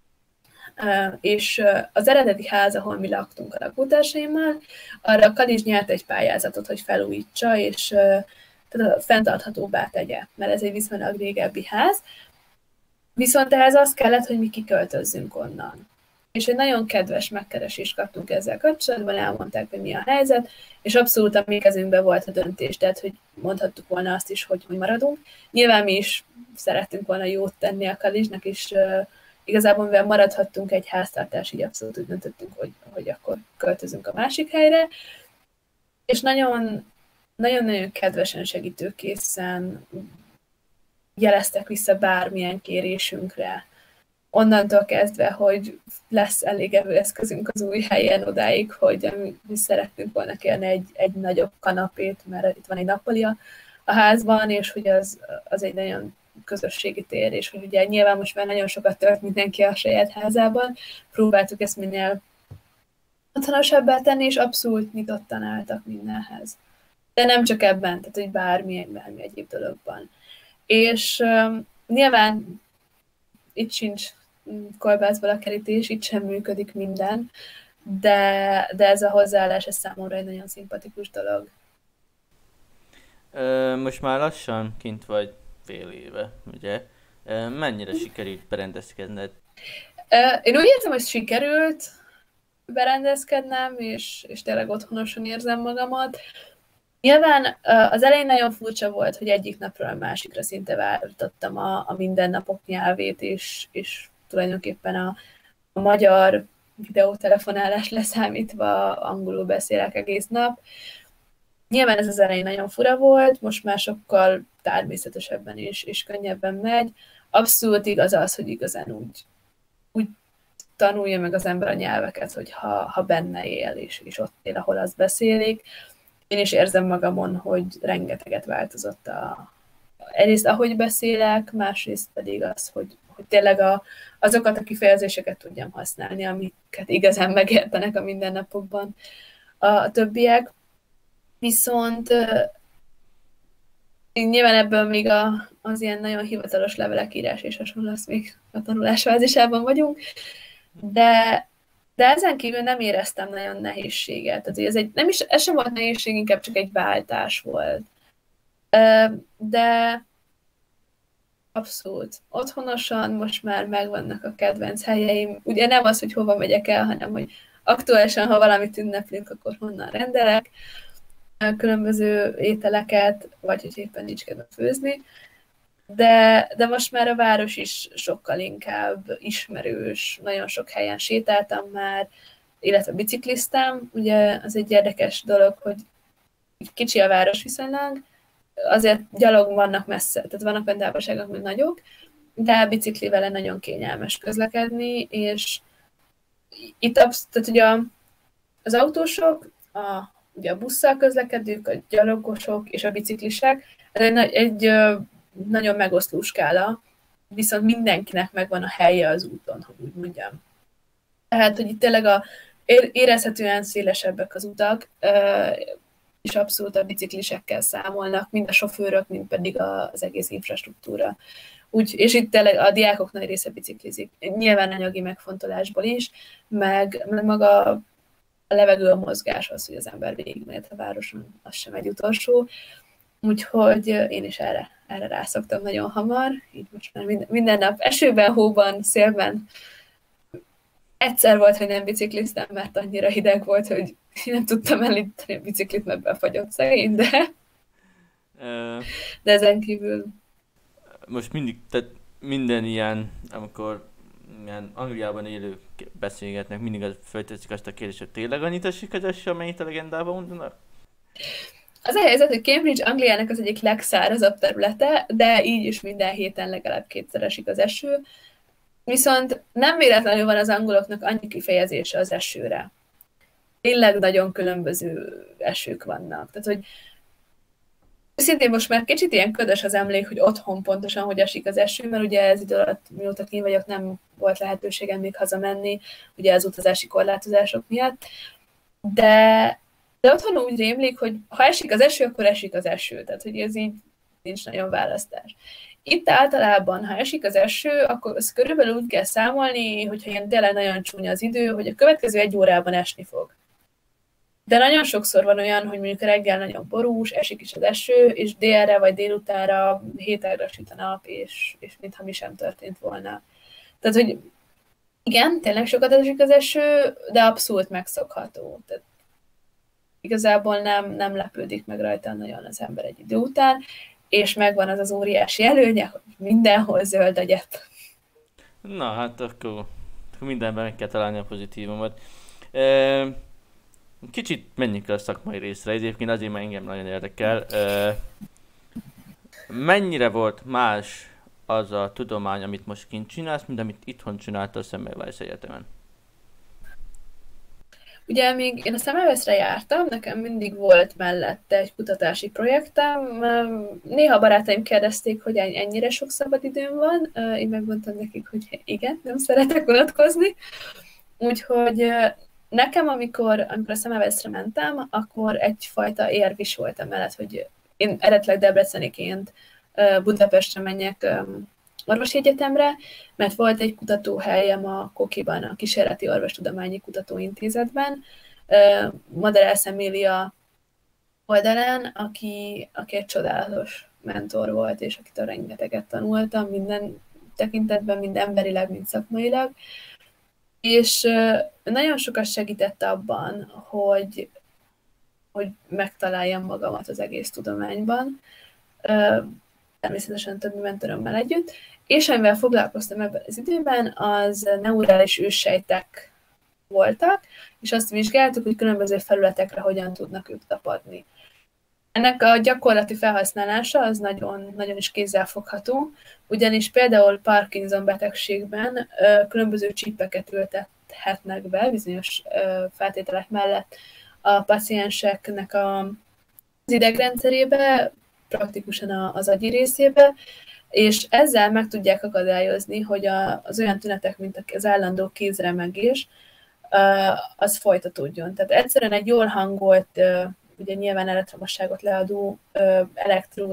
és az eredeti ház, ahol mi laktunk a lakótársaimmal, arra a college nyert egy pályázatot, hogy felújítsa, és fenntarthatóbbá tegye, mert ez egy viszonylag régebbi ház. Viszont ehhez az kellett, hogy mi kiköltözzünk onnan. És egy nagyon kedves megkeresést kaptunk ezzel kapcsolatban, elmondták, hogy mi a helyzet, és abszolút a mi kezünkben volt a döntés, tehát hogy mondhattuk volna azt is, hogy maradunk. Nyilván mi is szerettünk volna jót tenni a college-nek, és igazából mivel maradhattunk egy háztartás, így abszolút úgy döntöttünk, hogy akkor költözünk a másik helyre, és nagyon-nagyon kedvesen, segítőkészen jeleztek vissza bármilyen kérésünkre. Onnantól kezdve, hogy lesz elég evőeszközünk az új helyen odáig, hogy mi szerettünk volna kérni egy nagyobb kanapét, mert itt van egy nappali a házban, és hogy az egy nagyon közösségi tér, és hogy ugye nyilván most már nagyon sokat tört mindenki a saját házában, próbáltuk ezt minél otthonosabbá tenni, és abszolút nyitottan álltak mindenhez. De nem csak ebben, tehát hogy bármi egyéb dologban. És nyilván itt sincs kolbászból a kerítés, itt sem működik minden, de ez a hozzáállás, ez számomra egy nagyon szimpatikus dolog. Most már lassan kint vagy fél éve, ugye? Mennyire sikerült berendezkedned? Én úgy érzem, hogy sikerült berendezkednem, és tényleg otthonosan érzem magamat. Nyilván az elején nagyon furcsa volt, hogy egyik napról a másikra szinte váltottam a mindennapok nyelvét, és tulajdonképpen a magyar videótelefonálás leszámítva angolul beszélek egész nap. Nyilván ez az elején nagyon fura volt, most már sokkal természetesebben és könnyebben megy. Abszolút igaz az, hogy igazán úgy tanulja meg az ember a nyelveket, hogy ha benne él, és ott él, ahol azt beszélik. Én is érzem magamon, hogy rengeteget változott egyrészt ahogy beszélek, másrészt pedig az, hogy tényleg azokat a kifejezéseket tudjam használni, amiket igazán megértenek a mindennapokban a többiek. Viszont Nyilván ebből még az ilyen nagyon hivatalos levelek írás és hasonló, az még a tanulásfázisában vagyunk, de, de ezen kívül nem éreztem nagyon nehézséget. Tehát ez sem volt nehézség, inkább csak egy váltás volt. De abszolút. Otthonosan most már megvannak a kedvenc helyeim. Ugye nem az, hogy hova megyek el, hanem hogy aktuálisan, ha valamit ünneplünk, akkor honnan rendelek különböző ételeket, vagy hogy éppen nincs kedve főzni. De most már a város is sokkal inkább ismerős, nagyon sok helyen sétáltam már, illetve bicikliztem. Ugye az egy érdekes dolog, hogy kicsi a város viszonylag, azért gyalog vannak messze, tehát vannak olyan távolságok, mint nagyok, de biciklivel nagyon kényelmes közlekedni, és itt tehát ugye az autósok, ugye a busszal közlekedők, a gyalogosok és a biciklisek, ez egy nagyon megoszló skála, viszont mindenkinek megvan a helye az úton, hogy úgy mondjam. Tehát, hogy itt tényleg érezhetően szélesebbek az utak, és abszolút a biciklisekkel számolnak, mind a sofőrök, mind pedig az egész infrastruktúra. És itt tényleg a diákok nagy része biciklizik. Nyilván anyagi megfontolásból is, meg maga a levegő, a mozgás az, hogy az ember végigmehet a városon, az sem egy utolsó. Úgyhogy én is erre rászoktam nagyon hamar, így most már minden nap esőben, hóban, szélben. Egyszer volt, hogy nem bicikliztem, mert annyira hideg volt, hogy nem tudtam elindítani a biciklit, mert befagyott szegény, de ezen kívül. Most tehát minden ilyen, amikor ilyen Angliában élők beszélgetnek, mindig felteszik azt a kérdést, hogy tényleg annyit esik az eső, amennyit a legendában mondanak? Az a helyzet, hogy Cambridge Angliának az egyik legszárazabb területe, de így is minden héten legalább 2-szer esik az eső. Viszont nem véletlenül van az angoloknak annyi kifejezése az esőre. Tényleg nagyon különböző esők vannak. Tehát, hogy szintén most már kicsit ilyen ködös az emlék, hogy otthon pontosan hogy esik az eső, mert ugye ez idő alatt, mióta kint vagyok, nem volt lehetőségem még hazamenni, ugye az utazási korlátozások miatt. De otthon úgy rémlik, hogy ha esik az eső, akkor esik az eső. Tehát, hogy ez így nincs nagyon választás. Itt általában, ha esik az eső, akkor azt körülbelül úgy kell számolni, hogyha ilyen tényleg nagyon csúnya az idő, hogy a következő 1 órában esni fog. De nagyon sokszor van olyan, hogy mondjuk reggel nagyon borús, esik is az eső, és délre vagy délutánra hétágra süt a nap, és mintha mi sem történt volna. Tehát, hogy igen, tényleg sokat esik az eső, de abszolút megszokható. Tehát igazából nem lepődik meg rajta nagyon az ember egy idő után, és megvan az óriási előnye, hogy mindenhol zöld a gyep. Na hát akkor mindenben meg kell találni a pozitívumot. Kicsit menjünk a szakmai részre, egyébként azért már engem nagyon érdekel. Mennyire volt más az a tudomány, amit most kint csinálsz, mint amit itthon csináltál a Semmelweis Egyetemen? Ugye még én a Semmelweisre jártam, nekem mindig volt mellette egy kutatási projektem. Néha barátaim kérdezték, hogy ennyire sok szabad időm van. Én megmondtam nekik, hogy igen, nem szeretek unatkozni. Úgyhogy nekem, amikor a Semmelweisre mentem, akkor egyfajta érv is volt emellett, hogy én eredetileg debreceniként Budapestre menjek orvosi egyetemre, mert volt egy kutatóhelyem a Kokiban, a Kísérleti Orvostudományi Kutatóintézetben, Madarász Emília oldalán, aki egy csodálatos mentor volt, és akitől rengeteget tanultam, minden tekintetben, mind emberileg, mind szakmailag. És nagyon sokat segített abban, hogy megtaláljam magamat az egész tudományban, természetesen többi mentorommal együtt, és amivel foglalkoztam ebben az időben, az neurális őssejtek voltak, és azt vizsgáltuk, hogy különböző felületekre hogyan tudnak ők tapadni. Ennek a gyakorlati felhasználása az nagyon, nagyon is kézzelfogható, ugyanis például Parkinson betegségben különböző csípeket ültethetnek be bizonyos feltételek mellett a pacienseknek az idegrendszerébe, praktikusan az agyi részébe, és ezzel meg tudják akadályozni, hogy az olyan tünetek, mint az állandó kézremegés, az folytatódjon. Tehát egyszerűen egy jól hangolt, ugye nyilván elektromosságot leadó elektróda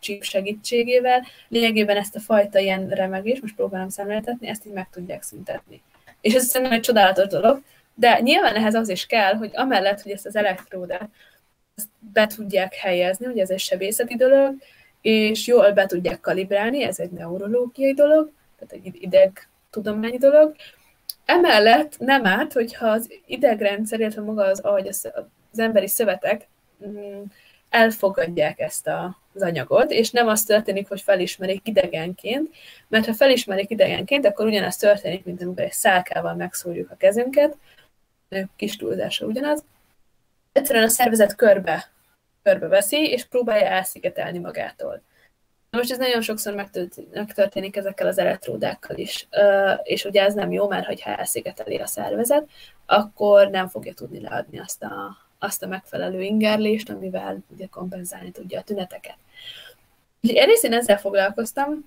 csíp segítségével lényegében ezt a fajta ilyen remegést, most próbálom szemléltetni, ezt így meg tudják szüntetni. És ez szerintem egy csodálatos dolog, de nyilván ehhez az is kell, hogy amellett, hogy ezt az elektródát be tudják helyezni, ugye ez egy sebészeti dolog, és jól be tudják kalibrálni, ez egy neurológiai dolog, tehát egy idegtudományi dolog. Emellett nem árt, hogyha az idegrendszer, illetve maga az agy, az emberi szövetek elfogadják ezt az anyagot, és nem az történik, hogy felismerik idegenként, mert ha felismerik idegenként, akkor ugyanaz történik, mint amikor egy szálkával megszórjuk a kezünket, kis túlzása ugyanaz. Egyszerűen a szervezet körbe veszi, és próbálja elszigetelni magától. Most ez nagyon sokszor megtörténik ezekkel az elektródákkal is, és ugye ez nem jó, mert ha elszigeteli a szervezet, akkor nem fogja tudni leadni azt a megfelelő ingerlést, amivel ugye kompenzálni tudja a tüneteket. Egyrészt én ezzel foglalkoztam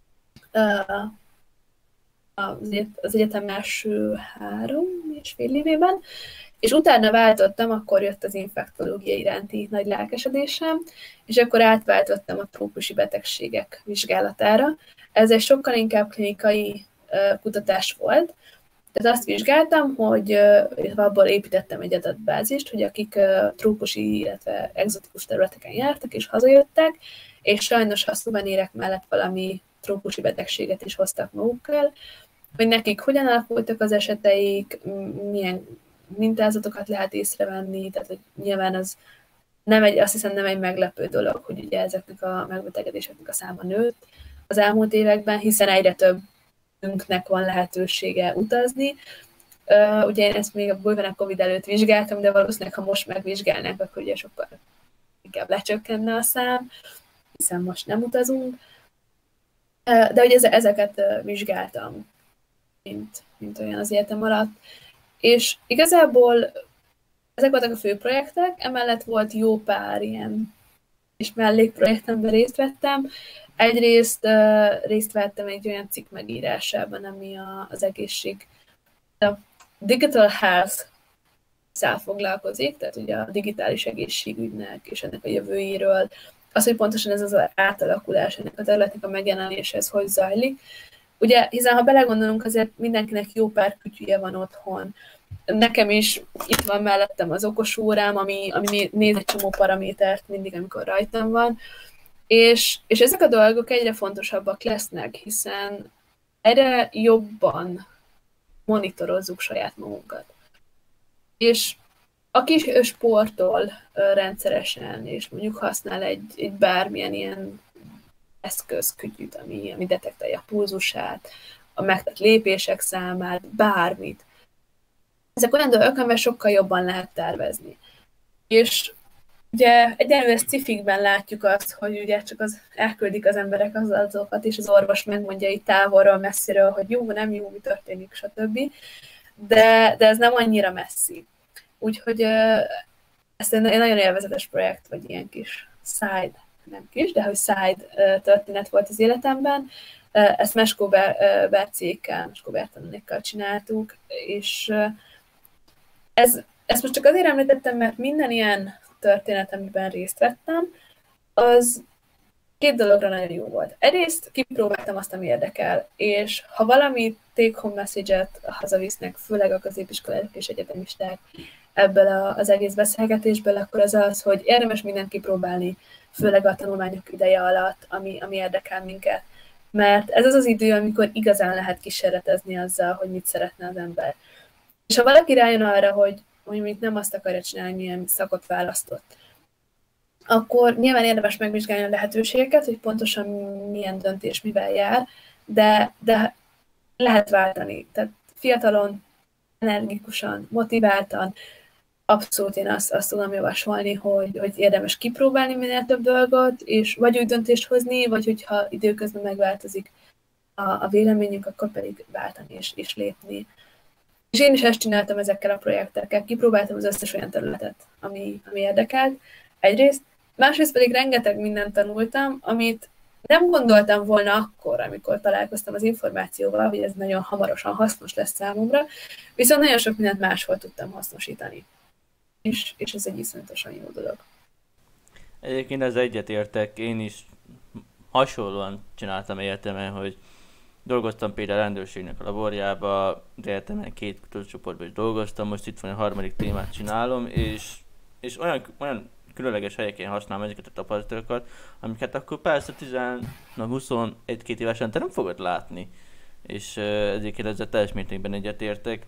az egyetem első 3,5 évében, és utána váltottam, akkor jött az infektológia iránti nagy lelkesedésem, és akkor átváltottam a trópusi betegségek vizsgálatára. Ez egy sokkal inkább klinikai kutatás volt, tehát azt vizsgáltam, hogy abból építettem egy adatbázist, hogy akik trópusi, illetve egzotikus területeken jártak és hazajöttek, és sajnos ha szuvenírek mellett valami trópusi betegséget is hoztak magukkal, hogy nekik hogyan alakultak az eseteik, milyen mintázatokat lehet észrevenni, tehát hogy nyilván az azt hiszem nem egy meglepő dolog, hogy ugye ezeknek a megbetegedéseknek a száma nőtt az elmúlt években, hiszen egyre többünknek van lehetősége utazni. Ugye én ezt még a bőven a Covid előtt vizsgáltam, de valószínűleg, ha most megvizsgálnánk, akkor ugye sokkal inkább lecsökkenne a szám, hiszen most nem utazunk. De hogy ezeket vizsgáltam, mint olyan az életem alatt. És igazából ezek voltak a fő projektek, emellett volt jó pár ilyen és mellékprojektemben részt vettem. Egyrészt részt vettem egy olyan cikk megírásában, ami az egészség, a digital health-szál foglalkozik, tehát ugye a digitális egészségügynek és ennek a jövőjéről, az, hogy pontosan ez az átalakulás, ennek a területnek a megjelenése, ez hogy zajlik. Ugye, hiszen ha belegondolunk, azért mindenkinek jó pár kütyüje van otthon. Nekem is itt van mellettem az okos órám, ami néz egy csomó paramétert mindig, amikor rajtam van. És ezek a dolgok egyre fontosabbak lesznek, hiszen egyre jobban monitorozzuk saját magunkat. És aki sportol rendszeresen, és mondjuk használ egy bármilyen ilyen eszközkütyűt, ami detektálja a pulzusát, a megtett lépések számát, bármit. Ezek olyan dolgok, amivel sokkal jobban lehet tervezni. És ugye egyenlően sci-fikben látjuk azt, hogy ugye csak elküldik az emberek az adatokat, és az orvos megmondja így távolról, messziről, hogy jó, nem jó, mi történik, stb. De ez nem annyira messzi. Úgyhogy ez egy nagyon élvezetes projekt, vagy ilyen kis side, nem kis, de hogy side történet volt az életemben. Ezt Meskó Bercékkel, Meskó Bertalannékkal csináltuk, és ezt most csak azért említettem, mert minden ilyen történet, amiben részt vettem, az két dologra nagyon jó volt. Egyrészt kipróbáltam azt, ami érdekel, és ha valami take-home message-et hazavisznek, főleg a középiskolások és egyetemisták ebből az egész beszélgetésből, akkor az, hogy érdemes mindent kipróbálni, főleg a tanulmányok ideje alatt, ami érdekel minket. Mert ez az az idő, amikor igazán lehet kísérletezni azzal, hogy mit szeretne az ember. És ha valaki rájön arra, hogy mondjuk nem azt akarja csinálni, milyen szakot választott, akkor nyilván érdemes megvizsgálni a lehetőségeket, hogy pontosan milyen döntés mivel jár, de lehet váltani. Tehát fiatalon, energikusan, motiváltan, abszolút én azt tudom javasolni, hogy érdemes kipróbálni minél több dolgot, és vagy úgy döntést hozni, vagy hogyha időközben megváltozik a véleményünk, akkor pedig váltani és lépni. És én is ezt csináltam ezekkel a projektekkel, kipróbáltam az összes olyan területet, ami érdekelt egyrészt, másrészt pedig rengeteg mindent tanultam, amit nem gondoltam volna akkor, amikor találkoztam az információval, hogy ez nagyon hamarosan hasznos lesz számomra, viszont nagyon sok mindent máshol tudtam hasznosítani. És ez egy iszonyatosan jó dolog. Egyébként ez egyetértek, én is hasonlóan csináltam egyetemen, hogy dolgoztam például a rendőrségnek a laborjába, de egyetemen 2 kutatócsoportban is dolgoztam, most itt van a harmadik témát csinálom, és olyan különleges helyeken használom ezeket a tapasztalatokat, amiket akkor persze 21-22 évesen te nem fogod látni. És egyébként ezzel teljes mértékben egyetértek.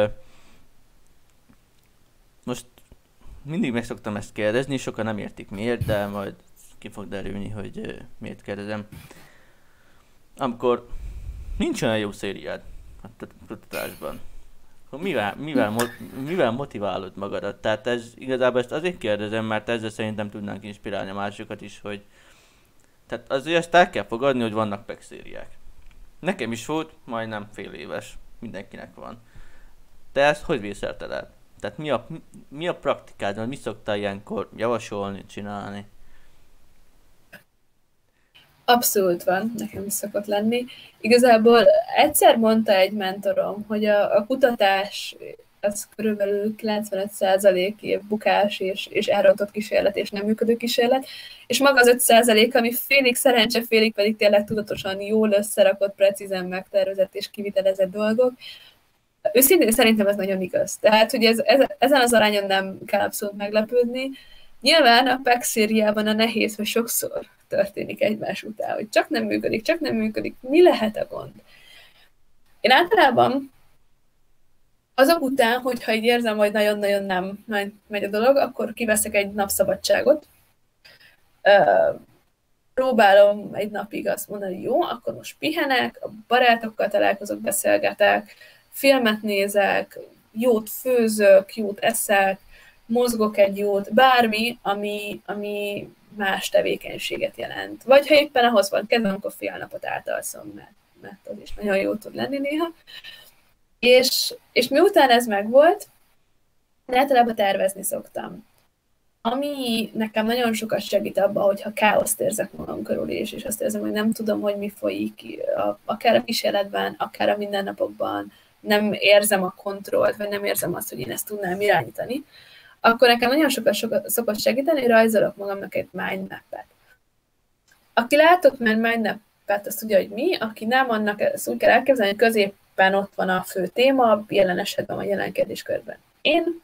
Most mindig meg szoktam ezt kérdezni, sokan nem értik miért, de majd ki fog derülni, hogy miért kérdezem. Amikor nincs olyan jó szériád a kutatásban, akkor mivel motiválod magadat? Tehát igazából ezt azért kérdezem, mert ezzel szerintem tudnánk inspirálni a másokat is, hogy tehát azért ezt el kell fogadni, hogy vannak PEC szériák. Nekem is volt, majdnem fél éves, mindenkinek van. Te ezt hogy vészelted el? Tehát mi a praktikád, mi szoktál ilyenkor javasolni, csinálni? Abszolút van, nekem is szokott lenni. Igazából egyszer mondta egy mentorom, hogy a kutatás az körülbelül 95% bukás és elrontott kísérlet és nem működő kísérlet, és maga az 5%, ami félig szerencse, félig pedig tényleg tudatosan jól összerakott, precízen megtervezett és kivitelezett dolgok. Őszintén szerintem ez nagyon igaz. Tehát, hogy ezen az arányon nem kell abszolút meglepődni. Nyilván a PEC szériában a nehéz, hogy sokszor történik egymás után, hogy csak nem működik, mi lehet a gond? Én általában azok után, hogyha így érzem, hogy nagyon-nagyon nem megy a dolog, akkor kiveszek egy napszabadságot, próbálom egy napig azt mondani, hogy jó, akkor most pihenek, a barátokkal találkozok, beszélgetek, filmet nézek, jót főzök, jót eszek, mozgok egy jót, bármi, ami más tevékenységet jelent. Vagy ha éppen ahhoz van kedvem, akkor fél napot átalszom, mert az is nagyon jó tud lenni néha. És miután ez megvolt, általában tervezni szoktam. Ami nekem nagyon sokat segít abban, hogyha káoszt érzek magam körül, és azt érzem, hogy nem tudom, hogy mi folyik, akár a kísérletben, akár a mindennapokban, nem érzem a kontrollt, vagy nem érzem azt, hogy én ezt tudnám irányítani, akkor nekem nagyon sokat szokott segíteni, hogy rajzolok magamnak egy mindmap-et. Aki látott már mindmap-et, azt tudja, hogy mi, aki nem, annak ezt úgy kell elképzelni, hogy középen ott van a fő téma, jelen esetben a jelen kérdéskörben én,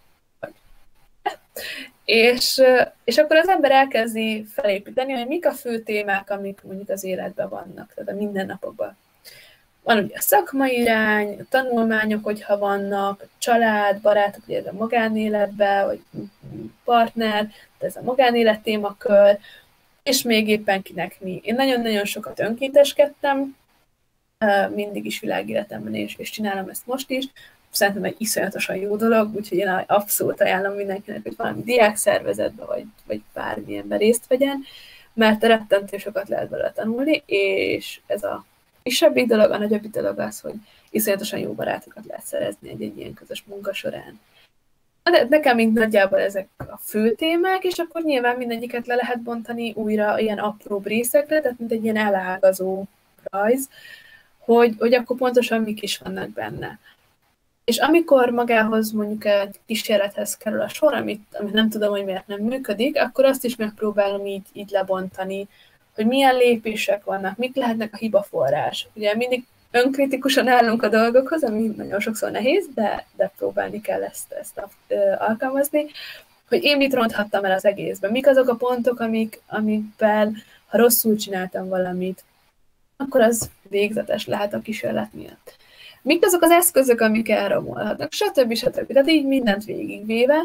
és akkor az ember elkezdi felépíteni, hogy mik a fő témák, amik mondjuk az életben vannak, tehát a mindennapokban. Van ugye a szakmai irány, a tanulmányok, hogyha vannak, a család, barátok, ugye ez a magánéletben, vagy partner, ez a magánélet témakör, és még éppen kinek mi. Én nagyon-nagyon sokat önkénteskedtem, mindig is világéletemben, és csinálom ezt most is. Szerintem egy iszonyatosan jó dolog, úgyhogy én abszolút ajánlom mindenkinek, hogy valami diákszervezetbe, vagy bármilyenben részt vegyen, mert rettentő sokat lehet belőle tanulni, és ez a kisebbik dolog, a nagyobbik dolog az, hogy iszonyatosan jó barátokat lehet szerezni egy ilyen közös munka során. De nekem még nagyjából ezek a fő témák, és akkor nyilván mindegyiket le lehet bontani újra ilyen apróbb részekre, tehát mint egy ilyen elágazó rajz, hogy akkor pontosan mik is vannak benne. És amikor magához mondjuk egy kísérlethez kerül a sor, amit nem tudom, hogy miért nem működik, akkor azt is megpróbálom így lebontani, hogy milyen lépések vannak, mik lehetnek a hibaforrások. Ugye mindig önkritikusan állunk a dolgokhoz, ami nagyon sokszor nehéz, de próbálni kell ezt alkalmazni, hogy én mit ronthattam el az egészben. Mik azok a pontok, amikben, ha rosszul csináltam valamit, akkor az végzetes lehet a kísérlet miatt. Mik azok az eszközök, amik elromolhatnak, stb. Tehát így mindent végigvéve,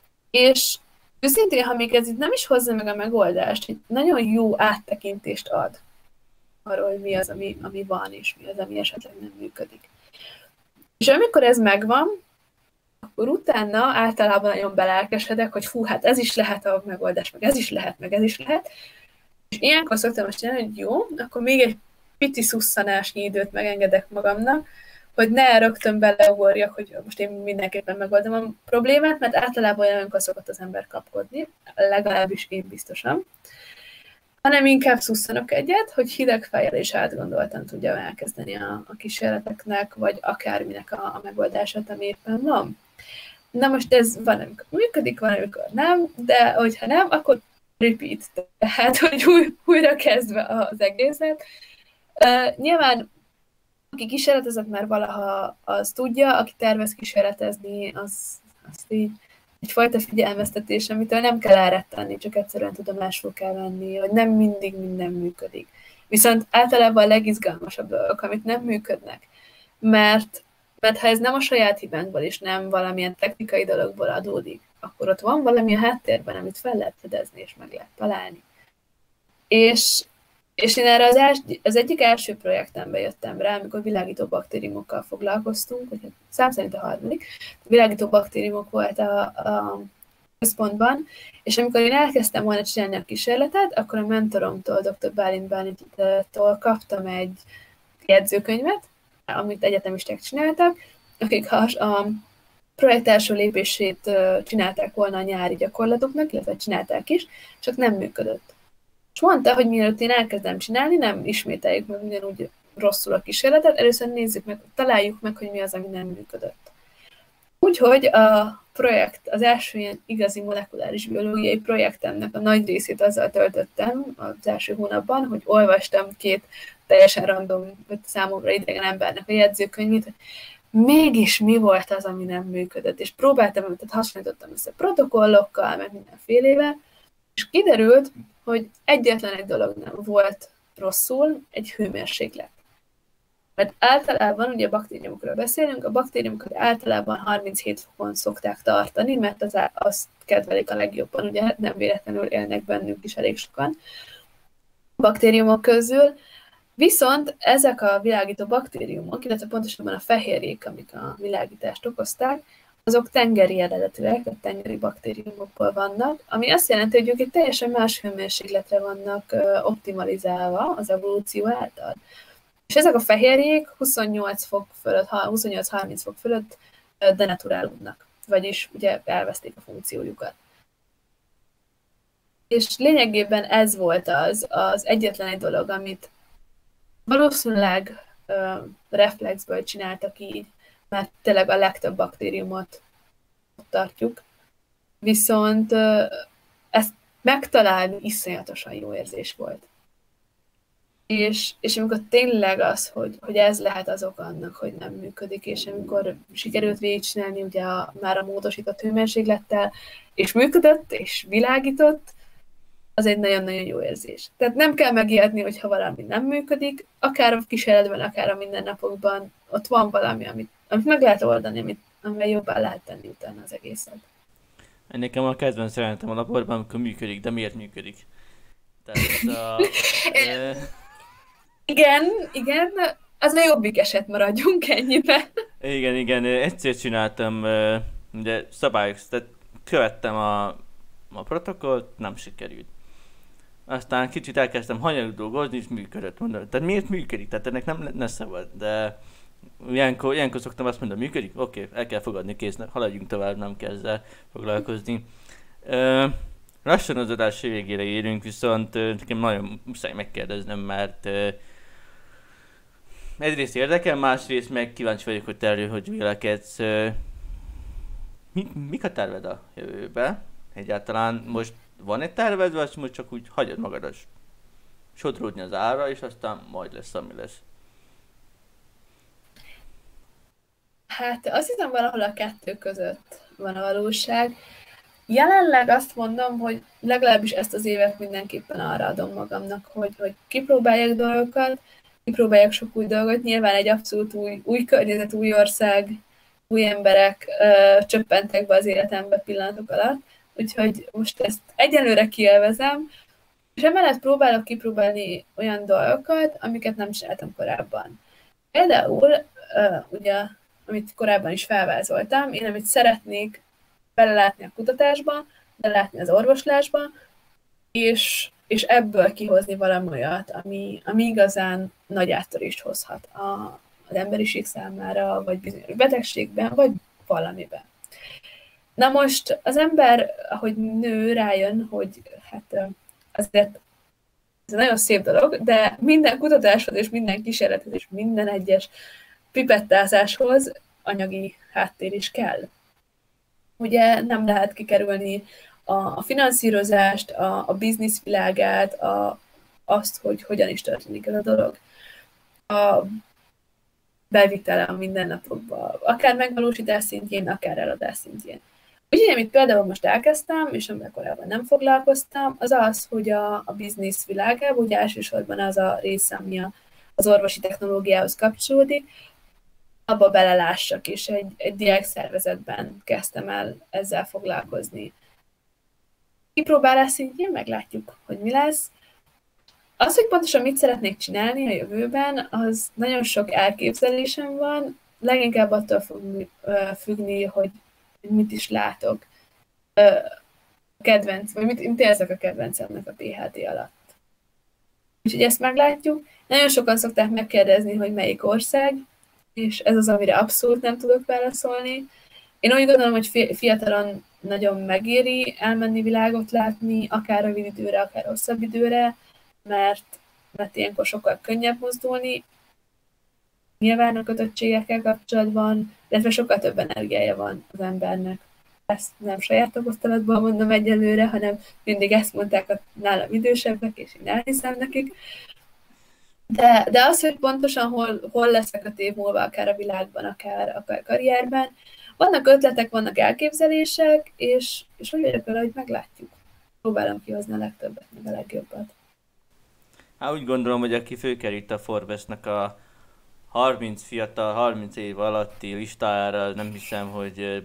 és őszintén, ha még ez itt nem is hozza meg a megoldást, hogy nagyon jó áttekintést ad arról, hogy mi az, ami van, és mi az, ami esetleg nem működik. És amikor ez megvan, akkor utána általában nagyon belelkesedek, hogy fú, hát ez is lehet a megoldás, meg ez is lehet. És ilyenkor szoktam azt csinálni, hogy jó, akkor még egy pici szusszanásnyi időt megengedek magamnak, hogy ne rögtön beleugorjak, hogy most én mindenképpen megoldom a problémát, mert általában olyankor szokott az ember kapkodni, legalábbis én biztosan, hanem inkább szusszanok egyet, hogy hideg fejjel és átgondoltan tudjam elkezdeni a kísérleteknek, vagy akárminek a megoldását, ami éppen van. Na most ez van, amikor működik, van, amikor nem, de hogyha nem, akkor repeat, tehát hogy újra kezdve az egészet. Nyilván aki kísérletezett már valaha, az tudja, aki tervez kísérletezni, azt így egyfajta figyelmeztetés, amitől nem kell elrettenni, csak egyszerűen tudomásul kell venni, hogy nem mindig minden működik. Viszont általában a legizgalmasabb dolgok, amik nem működnek, mert ha ez nem a saját hibánkból és nem valamilyen technikai dologból adódik, akkor ott van valami a háttérben, amit fel lehet fedezni és meg lehet találni. És én erre az egyik első projektembe jöttem rá, amikor világító baktériumokkal foglalkoztunk, hogy szám szerint a harmadik, világító baktériumok volt a központban, és amikor én elkezdtem volna csinálni a kísérletet, akkor a mentoromtól, dr. Bálint Bálinttól kaptam egy jegyzőkönyvet, amit egyetemisták csináltak, akik a projekt első lépését csinálták volna a nyári gyakorlatoknak, illetve csinálták is, csak nem működött. És mondta, hogy mielőtt én elkezdem csinálni, nem ismételjük meg ugyanúgy rosszul a kísérletet, először nézzük meg, találjuk meg, hogy mi az, ami nem működött. Úgyhogy a projekt, az első ilyen igazi molekuláris biológiai projektemnek a nagy részét azzal töltöttem az első hónapban, hogy olvastam 2 teljesen random, vagy számomra idegen embernek a jegyzőkönyvét, hogy mégis mi volt az, ami nem működött. És próbáltam, tehát hasonlítottam össze protokollokkal, meg mindenfélével, és kiderült, hogy egyetlen egy dolog nem volt rosszul, egy hőmérséklet. Mert általában, ugye a baktériumokról beszélünk, a baktériumokat általában 37 fokon szokták tartani, mert azt kedvelik a legjobban, ugye nem véletlenül élnek bennünk is elég sokan a baktériumok közül. Viszont ezek a világító baktériumok, illetve pontosabban a fehérjék, amik a világítást okozták, azok tengeri eredetűek, a tengeri baktériumokból vannak, ami azt jelenti, hogy ők egy teljesen más hőmérsékletre vannak optimalizálva az evolúció által. És ezek a fehérjék 28 fok fölött, 28-30 fok fölött denaturálódnak, vagyis ugye elveszték a funkciójukat. És lényegében ez volt az egyetlen egy dolog, amit valószínűleg reflexből csináltak így, mert tényleg a legtöbb baktériumot ott tartjuk. Viszont ezt megtalálni iszonyatosan jó érzés volt. És amikor tényleg az, hogy ez lehet az ok annak, hogy nem működik, és amikor sikerült végigcsinálni ugye már a módosított hőmérséklettel, és működött, és világított, az egy nagyon-nagyon jó érzés. Tehát nem kell megijedni, hogyha valami nem működik, akár a kísérletben, akár a mindennapokban, ott van valami, amit meg lehet oldani, amivel jobban lehet tenni utána az egészet. Nekem a kedvenc jelenetem a laborban, amikor működik, de miért működik? Tehát Igen, az a jobbik eset, maradjunk ennyiben. Igen, egyszer csináltam, ugye szabályok, tehát követtem a protokollt, nem sikerült. Aztán kicsit elkezdtem hanyagul dolgozni, és működött. Mondom, tehát miért működik? Tehát ennek nem lenne szabad, de ilyenkor szoktam azt mondani, működik? Oké, el kell fogadni, kész, haladjunk tovább, nem kell ezzel foglalkozni. Lassan az adás végére érünk, viszont nekem nagyon muszáj megkérdeznem, mert egyrészt érdekel, másrészt meg kíváncsi vagyok, hogy te hogy vélekedsz. Mik a terved a jövőbe? Egyáltalán most van egy terved, vagy most csak úgy hagyod magadat sodródni az ára, és aztán majd lesz, ami lesz? Hát azt hiszem valahol a kettő között van a valóság. Jelenleg azt mondom, hogy legalábbis ezt az évet mindenképpen arra adom magamnak, hogy kipróbáljak dolgokat, kipróbáljak sok új dolgot. Nyilván egy abszolút új környezet, új ország, új emberek csöppentek be az életembe pillanatok alatt, úgyhogy most ezt egyelőre kielvezem, és emellett próbálok kipróbálni olyan dolgokat, amiket nem csináltam korábban. Például, ugye, amit korábban is felvázoltam, én amit szeretnék belelátni a kutatásba, belelátni az orvoslásba, és ebből kihozni valami olyat, ami igazán nagy áttörést hozhat az emberiség számára, vagy bizonyos betegségben, vagy valamiben. Na most az ember, ahogy nő, rájön, hogy hát azért ez egy nagyon szép dolog, de minden kutatáshoz és minden kísérlethez és minden egyes pipettázáshoz anyagi háttér is kell. Ugye nem lehet kikerülni a finanszírozást, a bizniszvilágát, azt, hogy hogyan is történik ez a dolog. A bevitele a mindennapokba, akár megvalósítás szintjén, akár eladás szintjén. Úgyhogy amit például most elkezdtem, és amivel korábban nem foglalkoztam, az az, hogy a biznisz világában, ugye elsősorban az a része, ami az orvosi technológiához kapcsolódik, abba belelássak, és egy diák szervezetben kezdtem el ezzel foglalkozni. Kipróbálás szintjén meglátjuk, hogy mi lesz. Az, hogy pontosan mit szeretnék csinálni a jövőben, az nagyon sok elképzelésem van, leginkább attól fog függni, hogy mit is látok. Kedvenc, vagy mit érzek a kedvencemnek a PHD alatt. Úgyhogy ezt meglátjuk. Nagyon sokan szokták megkérdezni, hogy melyik ország, és ez az, amire abszolút nem tudok válaszolni. Én úgy gondolom, hogy fiatalon nagyon megéri elmenni világot látni, akár rövid időre, akár hosszabb időre, mert ilyenkor sokkal könnyebb mozdulni, nyilván a kötöttségekkel kapcsolatban, illetve sokkal több energiája van az embernek. Ezt nem saját tapasztalatban mondom egyelőre, hanem mindig ezt mondták a nálam idősebbek, és én elhiszem nekik. De az, hogy pontosan hol leszek a év múlva, akár a világban, akár karrierben, vannak ötletek, vannak elképzelések, és úgy vagyok vele, hogy meglátjuk. Próbálom kihozni a legtöbbet, meg a legjobbat. Hát úgy gondolom, hogy aki fölkerült a Forbesnak a 30 fiatal, 30 év alatti listájára, nem hiszem, hogy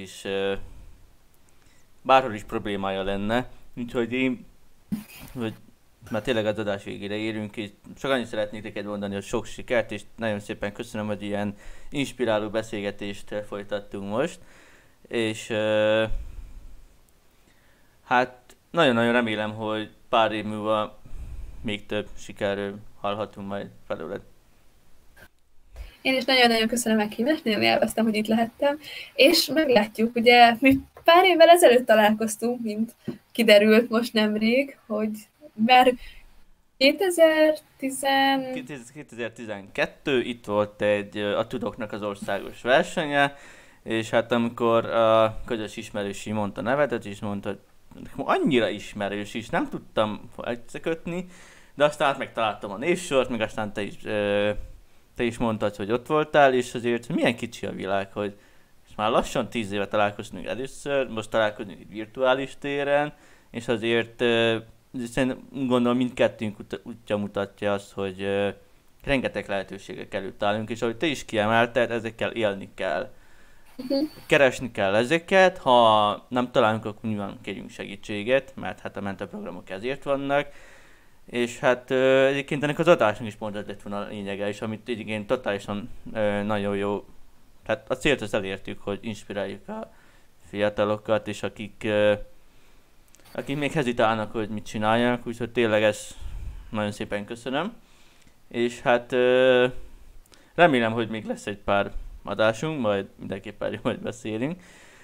bárhol is problémája lenne. Úgyhogy én, hogy már tényleg az adás végére érünk, és csak annyit szeretnék neked mondani, hogy sok sikert, és nagyon szépen köszönöm, hogy ilyen inspiráló beszélgetést folytattunk most. És hát nagyon-nagyon remélem, hogy pár év múlva még több sikerről hallhatunk majd felőled. Én is nagyon-nagyon köszönöm a meghívást, nagyon élveztem, hogy itt lehettem, és meglátjuk, ugye mi pár évvel ezelőtt találkoztunk, mint kiderült most nemrég, hogy már 2012 itt volt a Tudoknak az országos versenye, és hát amikor a közös ismerősi mondta nevedet, és mondta, hogy annyira ismerős is, nem tudtam összekötni, de aztán megtaláltam a névsort, meg aztán te is mondtad, hogy ott voltál, és azért milyen kicsi a világ, hogy már lassan 10 éve találkoztunk először, most találkozunk virtuális téren, és azért gondolom mindkettőnk útja mutatja azt, hogy rengeteg lehetőségek előtt állunk, és ahogy te is kiemelted, ezekkel élni kell. Keresni kell ezeket, ha nem találunk, akkor nyilván kérjünk segítséget, mert hát a mentorprogramok ezért vannak. És hát egyébként ennek az adásnak is pont ez lett volna a lényege, és amit egyébként totálisan nagyon jó, hát a célt azt elértük, hogy inspiráljuk a fiatalokat, és akik még hezitálnak, hogy mit csináljanak, úgyhogy tényleg ezt nagyon szépen köszönöm. És hát remélem, hogy még lesz egy pár adásunk, majd mindenképpen majd beszélünk.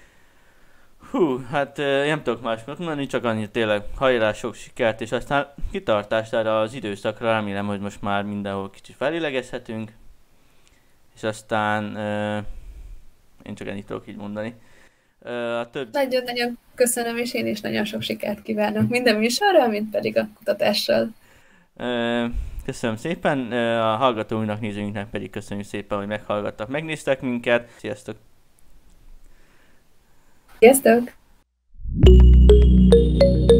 Hát nem tudok más mondani, csak annyit tényleg hajrá, sok sikert, és aztán kitartást erre az időszakra, remélem, hogy most már mindenhol kicsit felélegezhetünk, és aztán én csak ennyit tudok így mondani. Nagyon-nagyon köszönöm, és én is nagyon sok sikert kívánok minden műsorral, mint pedig a kutatással. Köszönöm szépen, a hallgatóinknak, nézőinknek pedig köszönjük szépen, hogy meghallgattak, megnéztek minket. Sziasztok! Sziasztok!